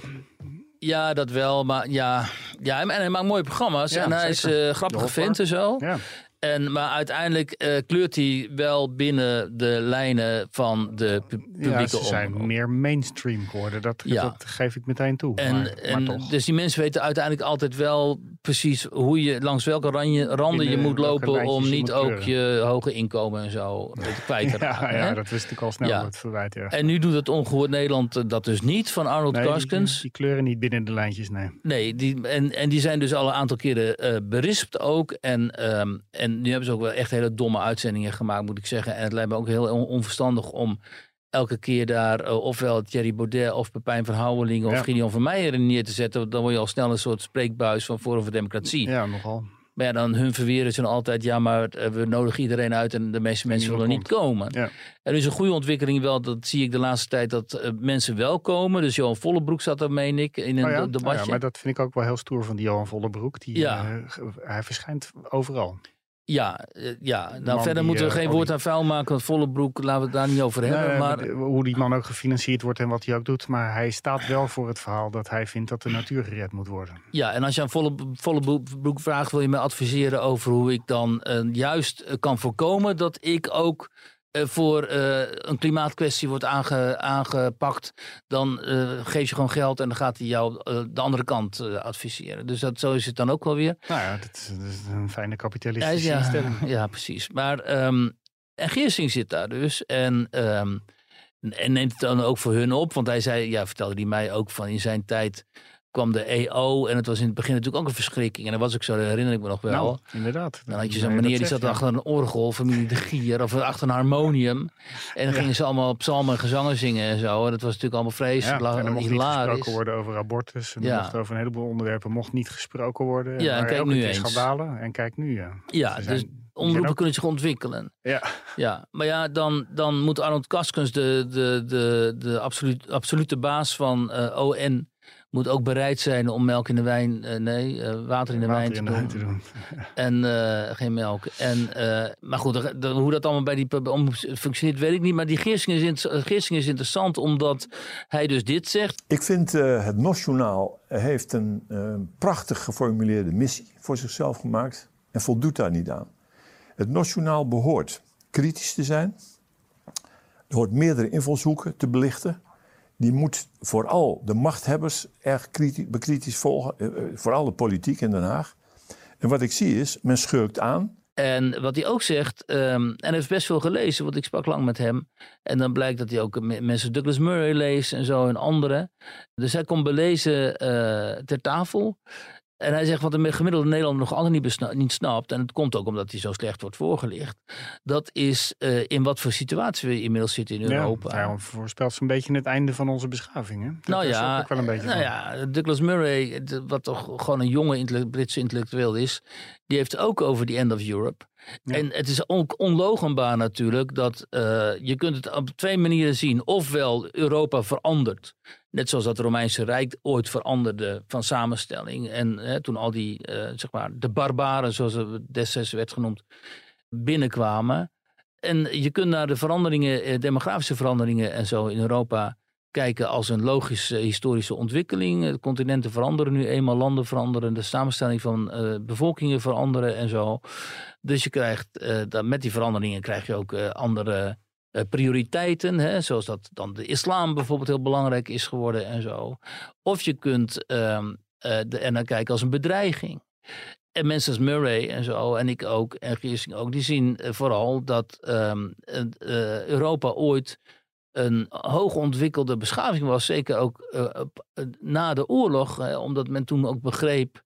Speaker 3: Ja, dat wel. Maar ja, ja en hij maakt mooie programma's. Ja, en hij zeker. is uh, grappige vent en zo. Ja. En, maar uiteindelijk uh, kleurt hij wel binnen de lijnen van de pu- publieke omroep. Ja, ze
Speaker 4: zijn omroep. meer mainstream geworden. Dat, ja. dat geef ik meteen toe.
Speaker 3: En,
Speaker 4: maar,
Speaker 3: en
Speaker 4: maar toch.
Speaker 3: Dus die mensen weten uiteindelijk altijd wel precies hoe je, langs welke ranje, randen binnen je moet lopen om niet ook kleuren. je hoge inkomen en zo kwijt te raken.
Speaker 4: ja, ja,
Speaker 3: hè?
Speaker 4: dat wist ik al snel, ja. het verwijt. Ja.
Speaker 3: En nu doet het Ongehoord Nederland dat dus niet, van Arnold
Speaker 4: nee,
Speaker 3: Karskens.
Speaker 4: Die, die kleuren niet binnen de lijntjes, nee.
Speaker 3: Nee, die, en, en die zijn dus al een aantal keren uh, berispt ook. En, um, en nu hebben ze ook wel echt hele domme uitzendingen gemaakt, moet ik zeggen. En het lijkt me ook heel on- onverstandig om elke keer daar uh, ofwel Thierry Baudet of Pepijn van Houwelingen of ja. Gideon van Meijer neer te zetten. Dan word je al snel een soort spreekbuis van Forum voor Democratie.
Speaker 4: Ja, nogal.
Speaker 3: Maar ja, dan hun verweren ze dan altijd, ja, maar uh, we nodigen iedereen uit en de meeste mensen willen niet komen. Ja. Er is een goede ontwikkeling wel, dat zie ik de laatste tijd, dat uh, mensen wel komen. Dus Johan Vollebroek zat er, meen ik, in een oh ja? debatje.
Speaker 4: Oh ja, maar dat vind ik ook wel heel stoer van die Johan Vollebroek. Die, ja. uh, hij verschijnt overal.
Speaker 3: Ja, ja. nou man verder die, moeten we geen uh, woord aan vuil maken, want Vollebroek, laten we het daar niet over hebben. Nee, maar...
Speaker 4: Hoe die man ook gefinancierd wordt en wat hij ook doet. Maar hij staat wel voor het verhaal dat hij vindt dat de natuur gered moet worden.
Speaker 3: Ja, en als je aan Volle, Vollebroek vraagt, wil je me adviseren over hoe ik dan uh, juist uh, kan voorkomen dat ik ook uh, voor uh, een klimaatkwestie wordt aange, aangepakt. Dan uh, geef je gewoon geld en dan gaat hij jou uh, de andere kant uh, adviseren. Dus dat, zo is het dan ook wel weer.
Speaker 4: Nou ja, dat is, dat is een fijne kapitalistische
Speaker 3: ja,
Speaker 4: instelling.
Speaker 3: Ja, precies. Maar um, en Geersing zit daar dus. En, um, en neemt het dan ook voor hun op. Want hij zei, ja, vertelde hij mij ook van in zijn tijd kwam de E O en het was in het begin natuurlijk ook een verschrikking. En dat was ook zo, dat herinner ik me nog wel.
Speaker 4: Nou, inderdaad.
Speaker 3: Dan had je zo'n meneer die zat ja. achter een orgel, familie De Gier, of achter een harmonium. En dan ja. gingen ze allemaal psalmen en gezangen zingen en zo. En dat was natuurlijk allemaal vreselijk.
Speaker 4: Ja, en er mocht
Speaker 3: hilarisch.
Speaker 4: niet gesproken worden over abortus. En er ja. mocht over een heleboel onderwerpen mocht niet gesproken worden.
Speaker 3: Ja, en, en kijk nu eens.
Speaker 4: Schandalen. En kijk nu, ja.
Speaker 3: Ja, dus, dus omroepen ook... kunnen zich ontwikkelen.
Speaker 4: Ja.
Speaker 3: ja. Maar ja, dan, dan moet Arnold Karskens, de, de, de, de absoluut, absolute baas van uh, O N... moet ook bereid zijn om melk in de wijn, uh, nee, uh, water in de,
Speaker 4: water
Speaker 3: wijn, te
Speaker 4: in de wijn te doen.
Speaker 3: En uh, geen melk. En, uh, maar goed, de, de, hoe dat allemaal bij die om functioneert, weet ik niet. Maar die Geersing is, Geersing is interessant, omdat hij dus dit zegt.
Speaker 5: Ik vind uh, het N O S-journaal heeft een uh, prachtig geformuleerde missie voor zichzelf gemaakt en voldoet daar niet aan. Het N O S-journaal behoort kritisch te zijn. Er hoort meerdere invalshoeken te belichten. Die moet vooral de machthebbers erg kritisch, bekritisch volgen. Uh, vooral de politiek in Den Haag. En wat ik zie is, men schurkt aan.
Speaker 3: En wat hij ook zegt, um, en hij heeft best veel gelezen, want ik sprak lang met hem. En dan blijkt dat hij ook mensen Douglas Murray leest en zo en anderen. Dus hij komt belezen uh, ter tafel. En hij zegt wat de gemiddelde Nederlander nog altijd niet, besna- niet snapt. En het komt ook omdat hij zo slecht wordt voorgelicht. Dat is uh, in wat voor situatie we inmiddels zitten in Europa.
Speaker 4: Ja, hij voorspelt zo'n beetje het einde van onze beschaving. Hè? Dat
Speaker 3: nou ja,
Speaker 4: ook wel een beetje
Speaker 3: nou ja, Douglas Murray, wat toch gewoon een jonge intellect- Britse intellectueel is. Die heeft het ook over the end of Europe. Ja. En het is ook onlogenbaar natuurlijk dat uh, je kunt het op twee manieren zien. Ofwel Europa verandert. Net zoals dat Romeinse Rijk ooit veranderde van samenstelling. En hè, toen al die, uh, zeg maar, de barbaren, zoals het destijds werd genoemd, binnenkwamen. En je kunt naar de veranderingen, demografische veranderingen en zo in Europa kijken als een logische historische ontwikkeling. De continenten veranderen nu eenmaal, landen veranderen, de samenstelling van uh, bevolkingen veranderen en zo. Dus je krijgt, uh, dan, met die veranderingen krijg je ook uh, andere uh, prioriteiten. Hè, zoals dat dan de islam bijvoorbeeld heel belangrijk is geworden en zo. Of je kunt uh, uh, de, er naar kijken als een bedreiging. En mensen als Murray en zo, en ik ook, en Geersing ook, die zien uh, vooral dat um, uh, Europa ooit een hoogontwikkelde beschaving was. Zeker ook uh, uh, na de oorlog, uh, omdat men toen ook begreep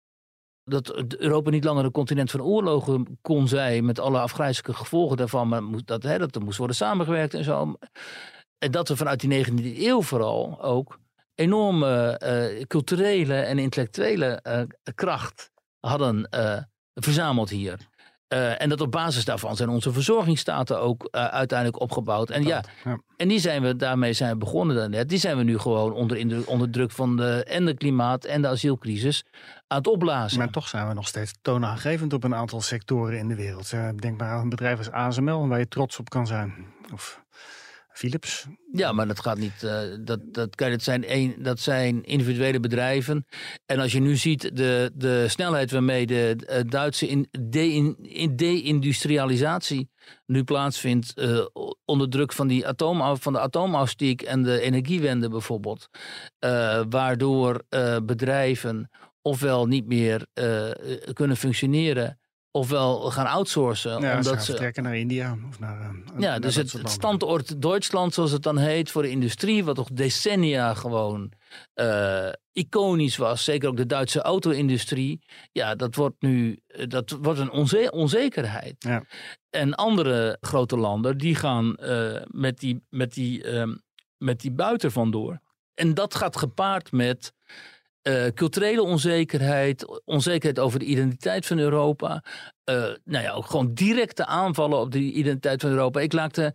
Speaker 3: dat Europa niet langer een continent van oorlogen kon zijn, met alle afgrijzelijke gevolgen daarvan, maar dat, hè, dat er moest worden samengewerkt en zo. En dat we vanuit die negentiende eeuw vooral ook enorme uh, culturele en intellectuele uh, kracht hadden uh, verzameld hier. Uh, en dat op basis daarvan zijn onze verzorgingsstaten ook uh, uiteindelijk opgebouwd. En ja, ja, en die zijn we, daarmee zijn we begonnen daarnet. Die zijn we nu gewoon onder, indruk, onder druk van de, en de klimaat en de asielcrisis aan het opblazen.
Speaker 4: Maar toch zijn we nog steeds toonaangevend op een aantal sectoren in de wereld. Denk maar aan een bedrijf als A S M L, waar je trots op kan zijn. Of Philips.
Speaker 3: Ja, maar dat gaat niet. Uh, dat, dat, kijk, dat, zijn een, dat zijn individuele bedrijven. En als je nu ziet de, de snelheid waarmee de uh, Duitse in, de, in, de-industrialisatie nu plaatsvindt, uh, onder druk van, die atoom, van de atoomaustiek en de energiewende bijvoorbeeld. Uh, waardoor uh, bedrijven ofwel niet meer uh, kunnen functioneren, ofwel gaan outsourcen.
Speaker 4: Ja,
Speaker 3: omdat
Speaker 4: ze gaan
Speaker 3: ze
Speaker 4: vertrekken naar India. Of naar, uh,
Speaker 3: ja,
Speaker 4: naar
Speaker 3: dus het, het standoord Duitsland, zoals het dan heet, voor de industrie, wat toch decennia gewoon uh, iconisch was. Zeker ook de Duitse auto-industrie. Ja, dat wordt nu dat wordt een onze- onzekerheid. Ja. En andere grote landen, die gaan uh, met, die, met, die, um, met die buiten vandoor. En dat gaat gepaard met Uh, culturele onzekerheid, onzekerheid over de identiteit van Europa. Uh, nou ja, ook gewoon directe aanvallen op de identiteit van Europa. Ik laakte,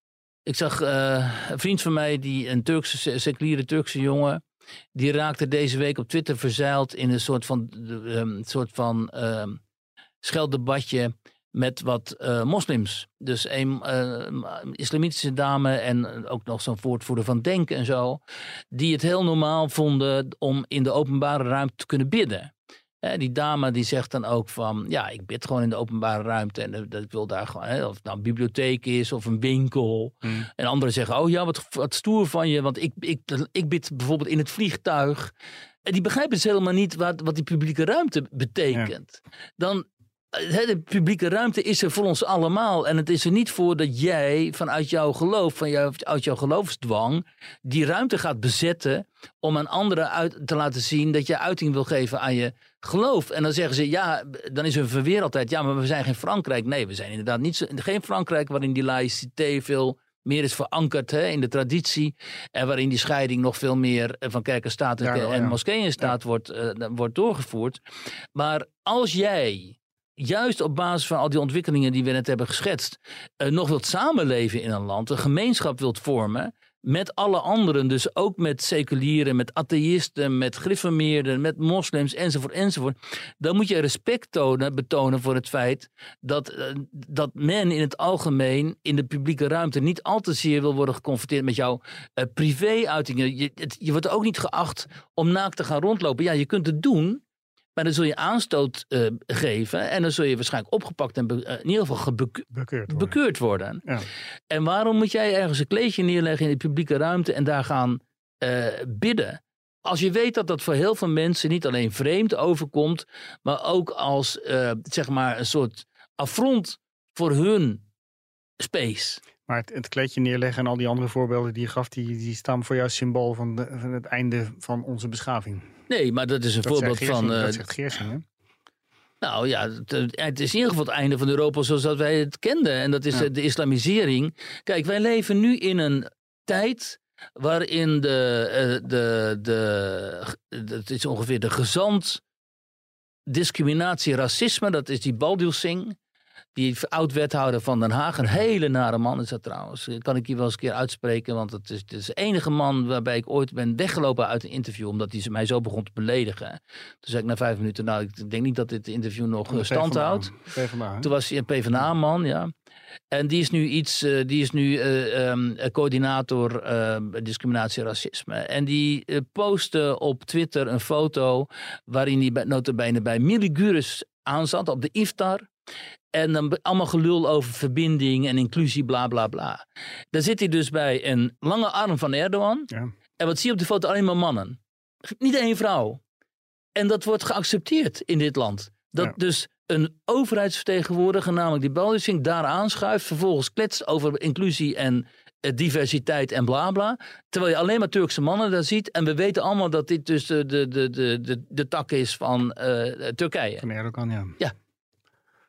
Speaker 3: ik zag uh, een vriend van mij, die een Turkse, seculiere Turkse jongen, die raakte deze week op Twitter verzeild in een soort van, um, soort van um, schelddebatje met wat uh, moslims. Dus een uh, islamitische dame en ook nog zo'n woordvoerder van Denk en zo, die het heel normaal vonden om in de openbare ruimte te kunnen bidden. Hè, die dame die zegt dan ook van, ja, ik bid gewoon in de openbare ruimte en uh, dat ik wil daar gewoon, hè, of het nou een bibliotheek is of een winkel. Mm. En anderen zeggen, oh ja, wat, wat stoer van je, want ik, ik, ik bid bijvoorbeeld in het vliegtuig. En die begrijpen dus helemaal niet wat, wat die publieke ruimte betekent. Ja. Dan de publieke ruimte is er voor ons allemaal. En het is er niet voor dat jij vanuit jouw geloof, van jou, uit jouw geloofsdwang, die ruimte gaat bezetten om aan anderen uit te laten zien dat je uiting wil geven aan je geloof. En dan zeggen ze, ja, dan is hun verweer altijd, ja, maar we zijn geen Frankrijk. Nee, we zijn inderdaad niet zo, geen Frankrijk waarin die laïcité veel meer is verankerd, hè, in de traditie. En waarin die scheiding nog veel meer van kerk en staat en, ja, ja. en moskee en staat ja. wordt, uh, wordt doorgevoerd. Maar als jij juist op basis van al die ontwikkelingen die we net hebben geschetst, uh, nog wilt samenleven in een land, een gemeenschap wilt vormen met alle anderen, dus ook met seculieren, met atheïsten, met gereformeerden, met moslims, enzovoort, enzovoort, dan moet je respect tonen, betonen voor het feit dat, uh, dat men in het algemeen in de publieke ruimte niet al te zeer wil worden geconfronteerd met jouw uh, privé-uitingen. Je, het, je wordt ook niet geacht om naakt te gaan rondlopen. Ja, je kunt het doen, maar dan zul je aanstoot uh, geven en dan zul je waarschijnlijk opgepakt en be- uh, in ieder geval gebekeurd worden. Bekeurd worden. Ja. En waarom moet jij ergens een kleedje neerleggen in de publieke ruimte en daar gaan uh, bidden? Als je weet dat dat voor heel veel mensen niet alleen vreemd overkomt, maar ook als uh, zeg maar een soort affront voor hun space.
Speaker 4: Maar het, het kleedje neerleggen en al die andere voorbeelden die je gaf, die, die staan voor jou symbool van, de, van het einde van onze beschaving.
Speaker 3: Nee, maar dat is een
Speaker 4: dat
Speaker 3: voorbeeld
Speaker 4: Geersing,
Speaker 3: van... Uh,
Speaker 4: dat zegt Geersing, hè?
Speaker 3: Nou ja, het, het is in ieder geval het einde van Europa zoals dat wij het kenden. En dat is ja. de islamisering. Kijk, wij leven nu in een tijd waarin de... Uh, de, de, de het is ongeveer de gezant discriminatie, racisme. Dat is die Balduil Singh. Die oud-wethouder van Den Haag, een hele nare man is dat trouwens. Kan ik hier wel eens een keer uitspreken, want het is, het is de enige man waarbij ik ooit ben weggelopen uit een interview, omdat hij mij zo begon te beledigen. Toen zei ik na vijf minuten, nou, ik denk niet dat dit interview nog uh, stand houdt. Toen was hij een PvdA-man, ja. En die is nu iets, uh, die is nu uh, um, coördinator uh, discriminatie en racisme. En die uh, postte op Twitter een foto waarin hij notabene bij Miligurus aanzat op de iftar. En dan allemaal gelul over verbinding en inclusie, bla bla bla. Dan zit hij dus bij een lange arm van Erdogan. Ja. En wat zie je op de foto? Alleen maar mannen. Niet één vrouw. En dat wordt geaccepteerd in dit land. Dat ja. dus een overheidsvertegenwoordiger, namelijk die Balduil Singh, daar aanschuift. Vervolgens kletst over inclusie en uh, diversiteit en bla bla. Terwijl je alleen maar Turkse mannen daar ziet. En we weten allemaal dat dit dus de, de, de, de, de, de tak is van uh, Turkije.
Speaker 4: Van Erdogan, ja.
Speaker 3: Ja.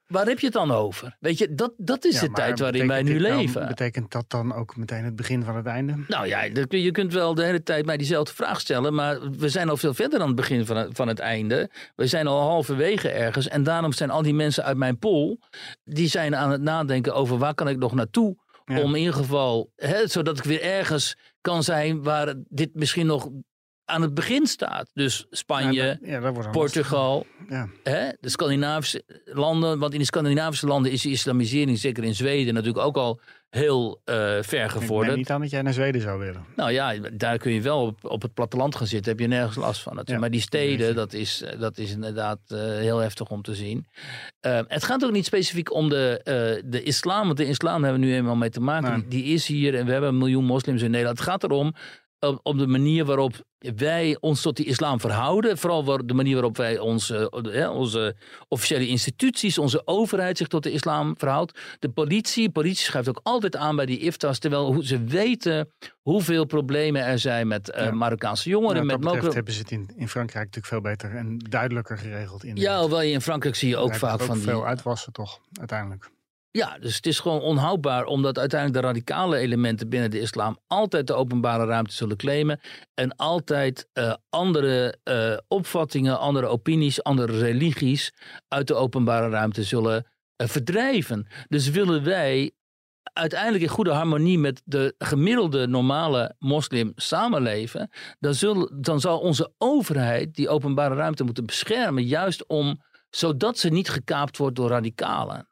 Speaker 3: waar heb je het dan over? Weet je, dat, dat is
Speaker 4: Ja,
Speaker 3: de
Speaker 4: maar
Speaker 3: tijd waarin wij nu
Speaker 4: betekent dit nou-
Speaker 3: leven.
Speaker 4: Betekent dat dan ook meteen het begin van het einde?
Speaker 3: Nou ja, dat kun- je kunt wel de hele tijd mij diezelfde vraag stellen, maar we zijn al veel verder dan het begin van het, van het einde. We zijn al halverwege ergens en daarom zijn al die mensen uit mijn pool, die zijn aan het nadenken over waar kan ik nog naartoe,
Speaker 4: Ja.
Speaker 3: om in ieder geval, hè, zodat ik weer ergens kan zijn waar dit misschien nog aan het begin staat. Dus Spanje,
Speaker 4: Ja, dat- ja, dat wordt dan
Speaker 3: Portugal,
Speaker 4: lastig. Ja.
Speaker 3: hè, de Scandinavische landen. Want in de Scandinavische landen is de islamisering, zeker in Zweden, natuurlijk ook al heel uh, ver
Speaker 4: Ik
Speaker 3: gevorderd.
Speaker 4: neem niet aan dat jij naar Zweden zou willen.
Speaker 3: Nou ja, daar kun je wel op, op het platteland gaan zitten. Heb je nergens last van. Het.
Speaker 4: Ja,
Speaker 3: maar die steden,
Speaker 4: weet
Speaker 3: dat is, dat is inderdaad uh, heel heftig om te zien. Uh, het gaat ook niet specifiek om de, uh, de islam. Want de islam hebben we nu eenmaal mee te maken.
Speaker 4: Nee.
Speaker 3: Die, die is hier en we hebben een miljoen moslims in Nederland. Het gaat erom op, op de manier waarop wij ons tot die islam verhouden. Vooral waar, de manier waarop wij onze, ja, onze officiële instituties, onze overheid zich tot de islam verhoudt. De politie, politie schrijft ook altijd aan bij die iftars, terwijl hoe ze weten hoeveel problemen er zijn met uh,
Speaker 4: Ja.
Speaker 3: Marokkaanse jongeren.
Speaker 4: Ja, wat
Speaker 3: met
Speaker 4: dat betreft
Speaker 3: mokro-
Speaker 4: hebben ze het in, in Frankrijk natuurlijk veel beter en duidelijker geregeld. In
Speaker 3: Ja, hoewel je in Frankrijk zie je ook
Speaker 4: Daar
Speaker 3: vaak
Speaker 4: ook
Speaker 3: van die...
Speaker 4: veel uitwassen toch, uiteindelijk.
Speaker 3: Ja, dus het is gewoon onhoudbaar omdat uiteindelijk de radicale elementen binnen de islam altijd de openbare ruimte zullen claimen en altijd uh, andere uh, opvattingen, andere opinies, andere religies uit de openbare ruimte zullen uh, verdrijven. Dus willen wij uiteindelijk in goede harmonie met de gemiddelde normale moslim samenleven, dan, zullen, dan zal onze overheid die openbare ruimte moeten beschermen, juist om, zodat ze niet gekaapt wordt door radicalen.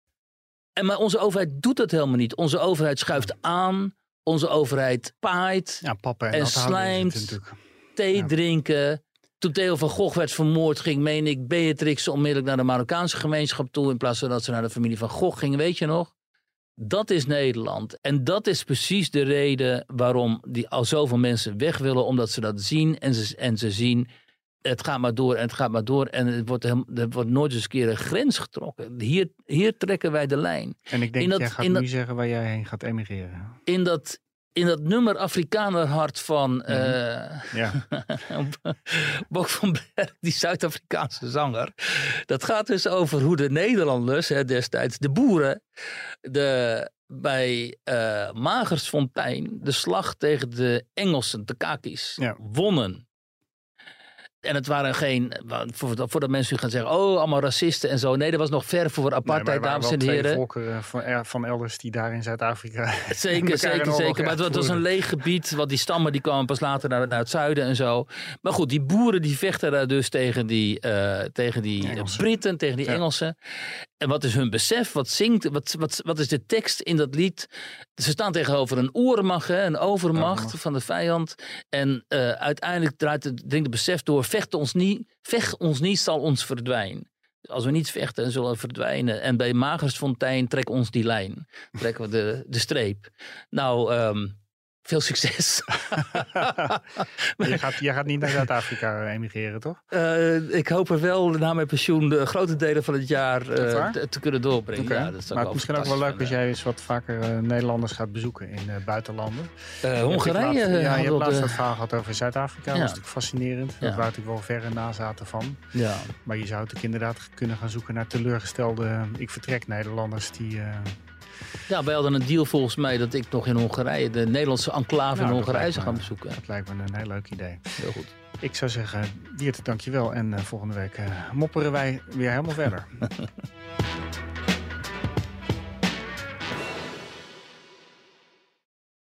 Speaker 3: En maar onze overheid doet dat helemaal niet. Onze overheid schuift aan. Onze overheid paait.
Speaker 4: Ja, pappen en,
Speaker 3: En
Speaker 4: nat houden is het
Speaker 3: slijmt.
Speaker 4: natuurlijk.
Speaker 3: Thee
Speaker 4: Ja.
Speaker 3: drinken. Toen Theo van Gogh werd vermoord, ging, meen ik, Beatrix onmiddellijk naar de Marokkaanse gemeenschap toe, in plaats van dat ze naar de familie van Gogh gingen, weet je nog? Dat is Nederland. En dat is precies de reden waarom die al zoveel mensen weg willen, omdat ze dat zien en ze, en ze zien, het gaat maar door en het gaat maar door en het wordt, helemaal, er wordt nooit eens een keer een grens getrokken. Hier, hier trekken wij de lijn.
Speaker 4: En ik denk
Speaker 3: In
Speaker 4: dat,
Speaker 3: dat-
Speaker 4: jij gaat
Speaker 3: in
Speaker 4: nu
Speaker 3: dat-
Speaker 4: zeggen waar jij heen gaat emigreren.
Speaker 3: In dat, in dat nummer Afrikanerhart van eh,
Speaker 4: Ja.
Speaker 3: Bok van Berg, die Zuid-Afrikaanse zanger. Dat gaat dus over hoe de Nederlanders, hè, destijds de boeren, de, bij eh, Magersfontein de slag tegen de Engelsen, de Kakis,
Speaker 4: Ja.
Speaker 3: wonnen. En het waren geen, voordat, voordat mensen nu gaan zeggen, oh, allemaal racisten en zo. Nee, dat was nog ver voor apartheid,
Speaker 4: Nee, maar er
Speaker 3: dames
Speaker 4: waren
Speaker 3: en
Speaker 4: wel twee
Speaker 3: heren.
Speaker 4: volkeren van, er- van elders die daar in Zuid-Afrika...
Speaker 3: Zeker,
Speaker 4: elkaar in
Speaker 3: zeker,
Speaker 4: oorlog
Speaker 3: zeker. Maar het was, het was een
Speaker 4: voerden.
Speaker 3: leeg gebied. Want die stammen die kwamen pas later naar, naar het zuiden en zo. Maar goed, die boeren die vechten daar dus tegen die, uh, tegen die
Speaker 4: Engelsen.
Speaker 3: Britten, tegen die
Speaker 4: Ja.
Speaker 3: Engelsen. En wat is hun besef? Wat zingt? Wat, wat, wat is de tekst in dat lied? Ze staan tegenover een oermacht, hè, een overmacht
Speaker 4: Overmacht.
Speaker 3: van de vijand. En uh, uiteindelijk draait het, dringt het besef door, vecht ons niet, vecht ons niet, zal ons verdwijnen. Als we niet vechten, zullen we verdwijnen. En bij Magersfontein trek ons die lijn. Trekken we de, de streep. Nou, um, veel succes.
Speaker 4: je, gaat, je gaat niet naar Zuid-Afrika emigreren, toch?
Speaker 3: Uh, ik hoop er wel na mijn pensioen de grote delen van het jaar uh, te, te kunnen doorbrengen.
Speaker 4: Okay.
Speaker 3: Ja, dat is ook
Speaker 4: maar
Speaker 3: wel
Speaker 4: misschien ook wel leuk als
Speaker 3: vinden.
Speaker 4: jij eens wat vaker uh, Nederlanders gaat bezoeken in uh, buitenlanden.
Speaker 3: Uh, Hongarije.
Speaker 4: Ja, je hebt
Speaker 3: uh,
Speaker 4: laatst
Speaker 3: de...
Speaker 4: dat verhaal gehad over Zuid-Afrika. Dat
Speaker 3: Ja.
Speaker 4: was natuurlijk fascinerend. Dat
Speaker 3: Ja.
Speaker 4: waren natuurlijk wel verre nazaten van.
Speaker 3: Ja.
Speaker 4: Maar je zou natuurlijk inderdaad kunnen gaan zoeken naar teleurgestelde ik vertrek Nederlanders die... Uh,
Speaker 3: Ja, wij hadden een deal volgens mij dat ik nog in Hongarije, de Nederlandse enclave
Speaker 4: nou,
Speaker 3: in
Speaker 4: dat
Speaker 3: Hongarije
Speaker 4: lijkt
Speaker 3: zou
Speaker 4: me-
Speaker 3: gaan bezoeken.
Speaker 4: Dat lijkt me een heel leuk idee.
Speaker 3: Heel goed.
Speaker 4: Ik zou zeggen, Wiert, dankjewel. En uh, volgende week uh, mopperen wij weer helemaal verder.